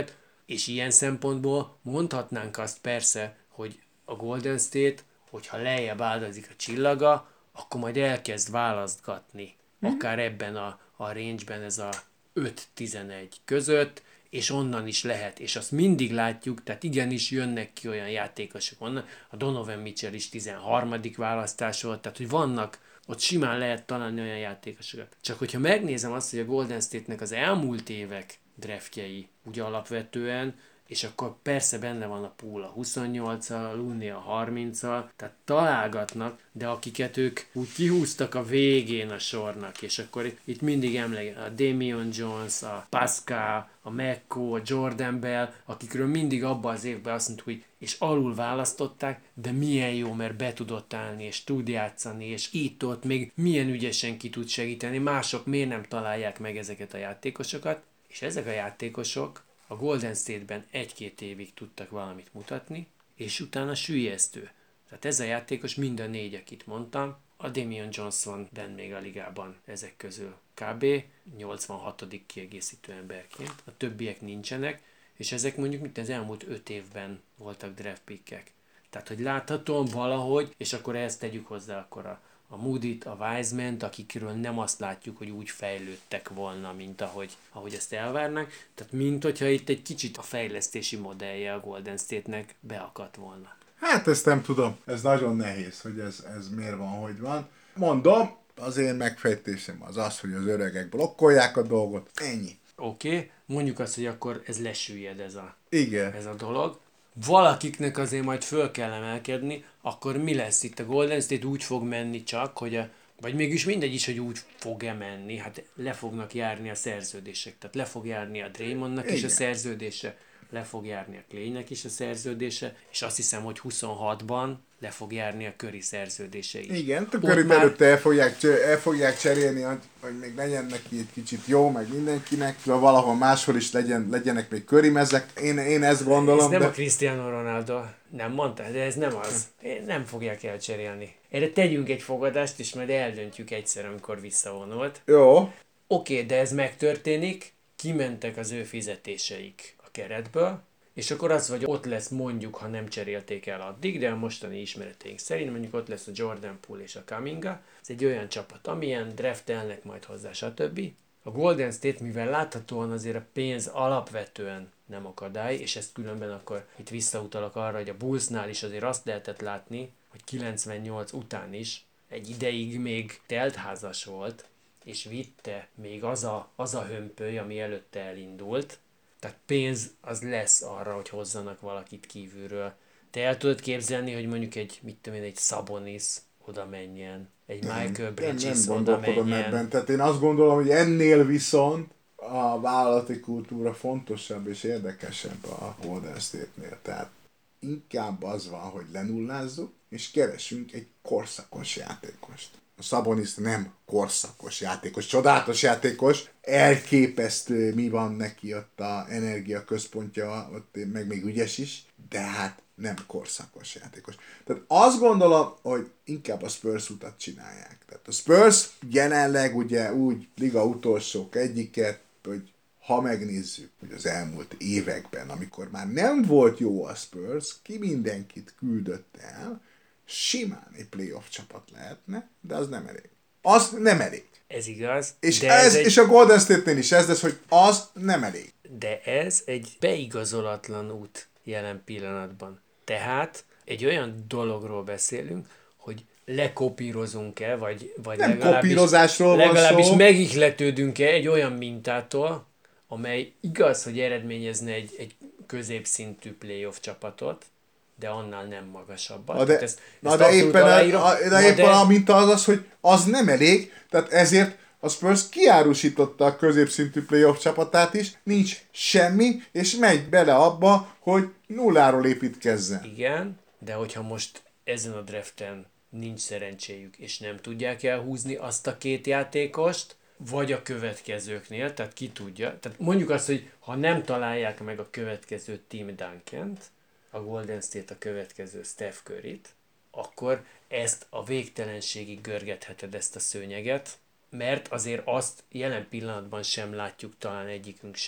Speaker 2: És ilyen szempontból mondhatnánk azt persze, hogy a Golden State, hogyha lejjebb áldozik a csillaga, akkor majd elkezd választgatni. Akár ebben a, a range-ben ez a öt tizenegy között, és onnan is lehet, és azt mindig látjuk, tehát igenis jönnek ki olyan játékosok onnan, a Donovan Mitchell is tizenharmadik választás volt, tehát hogy vannak, ott simán lehet találni olyan játékosokat. Csak hogyha megnézem azt, hogy a Golden State-nek az elmúlt évek draftjei ugye alapvetően, és akkor persze benne van a Poole a huszonnyolccal, a Looney a harminccal, tehát találgatnak, de akiket ők úgy kihúztak a végén a sornak, és akkor itt mindig emlékszem, a Damian Jones, a Pascal, a McCaw, a Jordan Bell, akikről mindig abban az évben azt mondtuk, hogy és alul választották, de milyen jó, mert be tudott állni, és tud játszani, és itt-ott még milyen ügyesen ki tud segíteni, mások miért nem találják meg ezeket a játékosokat, és ezek a játékosok a Golden State-ben egy-két évig tudtak valamit mutatni, és utána süllyesztő. Tehát ez a játékos mind a négy, akit mondtam, a Damian Johnson ben még a ligában ezek közül kb. nyolcvanhatodik kiegészítő emberként, a többiek nincsenek, és ezek mondjuk mint az elmúlt öt évben voltak draft pickek. Tehát, hogy láthatóan valahogy, és akkor ezt tegyük hozzá akkor a a Moodyt, a Wisemant, akikről nem azt látjuk, hogy úgy fejlődtek volna, mint ahogy, ahogy ezt elvárnánk. Tehát mint hogyha itt egy kicsit a fejlesztési modellje a Golden State-nek beakadt volna.
Speaker 3: Hát ezt nem tudom, ez nagyon nehéz, hogy ez, ez miért van, hogy van. Mondom, az én megfejtésem az az, hogy az öregek blokkolják a dolgot, ennyi.
Speaker 2: Oké, okay. Mondjuk azt, hogy akkor ez lesüllyed ez a,
Speaker 3: Igen.
Speaker 2: ez a dolog. Valakiknek azért majd föl kell emelkedni, akkor mi lesz itt? A Golden State úgy fog menni csak, hogy a, vagy mégis mindegy is, hogy úgy fog-e menni, hát le fognak járni a szerződések, tehát le fog járni a Draymondnak is a szerződése, le fog járni a Claynek is a szerződése, és azt hiszem, hogy huszonhatban le fog járni a Curry szerződése is.
Speaker 3: Igen, a Curryt már... előtte el fogják, el fogják cserélni, hogy, hogy még legyen neki egy kicsit jó, meg mindenkinek, de valahol máshol is legyen, legyenek még Curry mezek. Én, én ezt gondolom.
Speaker 2: Ez nem
Speaker 3: de...
Speaker 2: a Cristiano Ronaldo, nem mondta, de ez nem az. Nem fogják elcserélni. Erre tegyünk egy fogadást, és majd eldöntjük egyszer, amikor visszavonult.
Speaker 3: Jó.
Speaker 2: Oké, okay, de ez megtörténik, kimentek az ő fizetéseik a keretből, és akkor az, hogy ott lesz mondjuk, ha nem cserélték el addig, de a mostani ismereteink szerint mondjuk ott lesz a Jordan Poole és a Kuminga. Ez egy olyan csapat, amilyen draftelnek majd hozzá, stb. A Golden State, mivel láthatóan azért a pénz alapvetően nem akadály, és ezt különben akkor itt visszautalok arra, hogy a Bullsnál is azért azt lehetett látni, hogy kilencvennyolc után is egy ideig még teltházas volt, és vitte még az a, az a hömpöly, ami előtte elindult. Tehát pénz az lesz arra, hogy hozzanak valakit kívülről. Te el tudod képzelni, hogy mondjuk egy, mit tudom én, egy Sabonis oda menjen, egy nem, Michael Bridges
Speaker 3: nem, nem
Speaker 2: oda menjen.
Speaker 3: Ebben. Tehát én azt gondolom, hogy ennél viszont a vállalati kultúra fontosabb és érdekesebb a Golden State-nél. Tehát inkább az van, hogy lenullázzuk, és keresünk egy korszakos játékost. A Sabonis nem korszakos játékos, csodálatos játékos, elképesztő, mi van neki ott a energia központja, ott meg még ügyes is, de hát nem korszakos játékos. Tehát azt gondolom, hogy inkább a Spurs utat csinálják. Tehát a Spurs jelenleg ugye úgy liga utolsók egyiket, hogy ha megnézzük, hogy az elmúlt években, amikor már nem volt jó a Spurs, ki mindenkit küldött el, simán egy playoff csapat lehetne, de az nem elég. Az nem elég.
Speaker 2: Ez igaz.
Speaker 3: És,
Speaker 2: de
Speaker 3: ez,
Speaker 2: ez egy...
Speaker 3: és a Golden State-nél is ez lesz, hogy az nem elég.
Speaker 2: De ez egy beigazolatlan út jelen pillanatban. Tehát egy olyan dologról beszélünk, hogy lekopírozunk-e, vagy, vagy
Speaker 3: nem
Speaker 2: legalábbis,
Speaker 3: kopírozásról
Speaker 2: legalábbis
Speaker 3: van szó.
Speaker 2: megihletődünk-e egy olyan mintától, amely igaz, hogy eredményezne egy, egy középszintű playoff csapatot, de annál nem magasabbat.
Speaker 3: Na de,
Speaker 2: ezt,
Speaker 3: na
Speaker 2: ezt
Speaker 3: de éppen, a, a, de na éppen de... a minta az az, hogy az nem elég, tehát ezért a Spurs kiárusította a középszintű playoff csapatát is, nincs semmi, és megy bele abba, hogy nulláról építkezzen.
Speaker 2: Igen, de hogyha most ezen a draften nincs szerencséjük, és nem tudják elhúzni azt a két játékost, vagy a következőknél, tehát ki tudja. Tehát mondjuk azt, hogy ha nem találják meg a következő Tim Duncant, a Golden State a következő Steph Curryt, akkor ezt a végtelenségig görgetheted ezt a szőnyeget, mert azért azt jelen pillanatban sem látjuk talán egyikünk sem,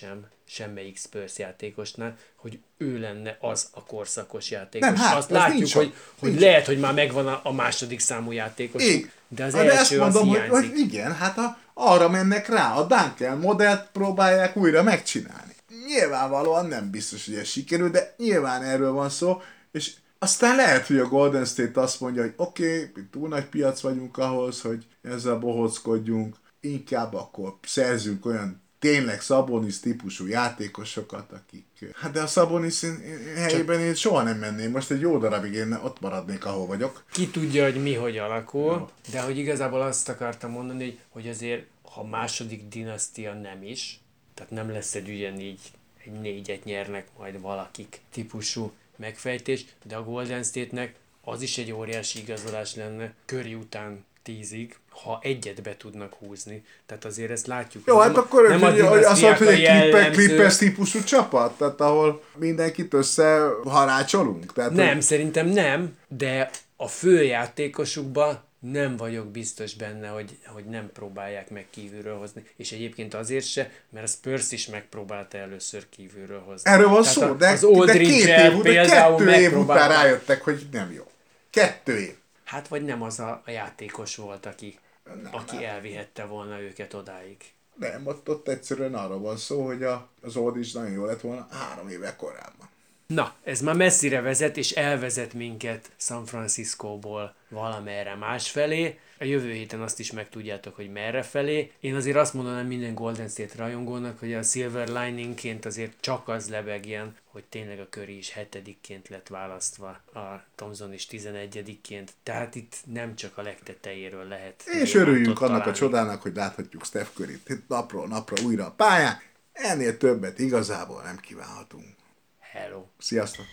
Speaker 2: semmelyik Spurs játékosnál, hogy ő lenne az a korszakos játékos.
Speaker 3: Nem, hát,
Speaker 2: azt látjuk,
Speaker 3: nincs
Speaker 2: hogy, hogy
Speaker 3: nincs
Speaker 2: lehet, hogy már megvan a, a második számú játékos,
Speaker 3: Ég.
Speaker 2: de az
Speaker 3: de ezt
Speaker 2: első az
Speaker 3: mondom, hogy,
Speaker 2: hiányzik.
Speaker 3: hogy igen, hát a, arra mennek rá, a Duncan modellt próbálják újra megcsinálni. Nyilvánvalóan nem biztos, hogy ez sikerül, de nyilván erről van szó, és aztán lehet, hogy a Golden State azt mondja, hogy oké, okay, túl nagy piac vagyunk ahhoz, hogy ezzel bohóckodjunk, inkább akkor szerzünk olyan tényleg Sabonis típusú játékosokat, akik... Hát de a Sabonis helyében én soha nem menném. Most egy jó darabig én ott maradnék, ahol vagyok.
Speaker 2: Ki tudja, hogy mi hogy alakul, no. De hogy igazából azt akartam mondani, hogy, hogy azért, ha második dinasztia nem is, tehát nem lesz egy ugyanígy, egy négyet nyernek majd valakik típusú megfejtés, de a Golden State-nek az is egy óriási igazolás lenne Curry után tízig, ha egyet be tudnak húzni. Tehát azért ezt látjuk.
Speaker 3: Jó, hát akkor nem hogy, hogy azt mondod, hogy egy
Speaker 2: jellemző...
Speaker 3: Clippers típusú csapat? Tehát ahol mindenkit összeharácsolunk? Tehát,
Speaker 2: nem,
Speaker 3: hogy...
Speaker 2: szerintem nem, de a főjátékosukban nem vagyok biztos benne, hogy, hogy nem próbálják meg kívülről hozni. És egyébként azért se, mert a Spurs is megpróbálta először kívülről hozni.
Speaker 3: Erről van
Speaker 2: Tehát
Speaker 3: szó,
Speaker 2: a,
Speaker 3: de,
Speaker 2: az
Speaker 3: de két év, de kettő év után rájöttek, hogy nem jó. Kettő év.
Speaker 2: Hát vagy nem az a, a játékos volt, aki,
Speaker 3: nem,
Speaker 2: aki
Speaker 3: nem.
Speaker 2: elvihette volna őket odáig.
Speaker 3: Nem, ott, ott egyszerűen arra van szó, hogy a, az Old is nagyon jó lett volna három éve korábban.
Speaker 2: Na, ez már messzire vezet, és elvezet minket San Franciscóból valamerre másfelé. A jövő héten azt is megtudjátok, hogy merre felé. Én azért azt mondanám minden Golden State rajongónak, hogy a Silver Liningként azért csak az lebegjen, hogy tényleg a Curry is hetedikként lett választva, a Thompson is tizenegyedikként. Tehát itt nem csak a legtetejéről lehet.
Speaker 3: És örüljünk annak találni. A csodának, hogy láthatjuk Steph Curryt napról napra újra a pályán. Ennél többet igazából nem kívánhatunk.
Speaker 2: Hello.
Speaker 3: Sziasztok!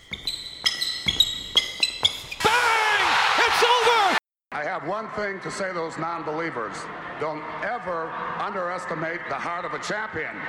Speaker 1: Bang! It's over!
Speaker 6: I have one thing to say to those non-believers. Don't ever underestimate the heart of a champion.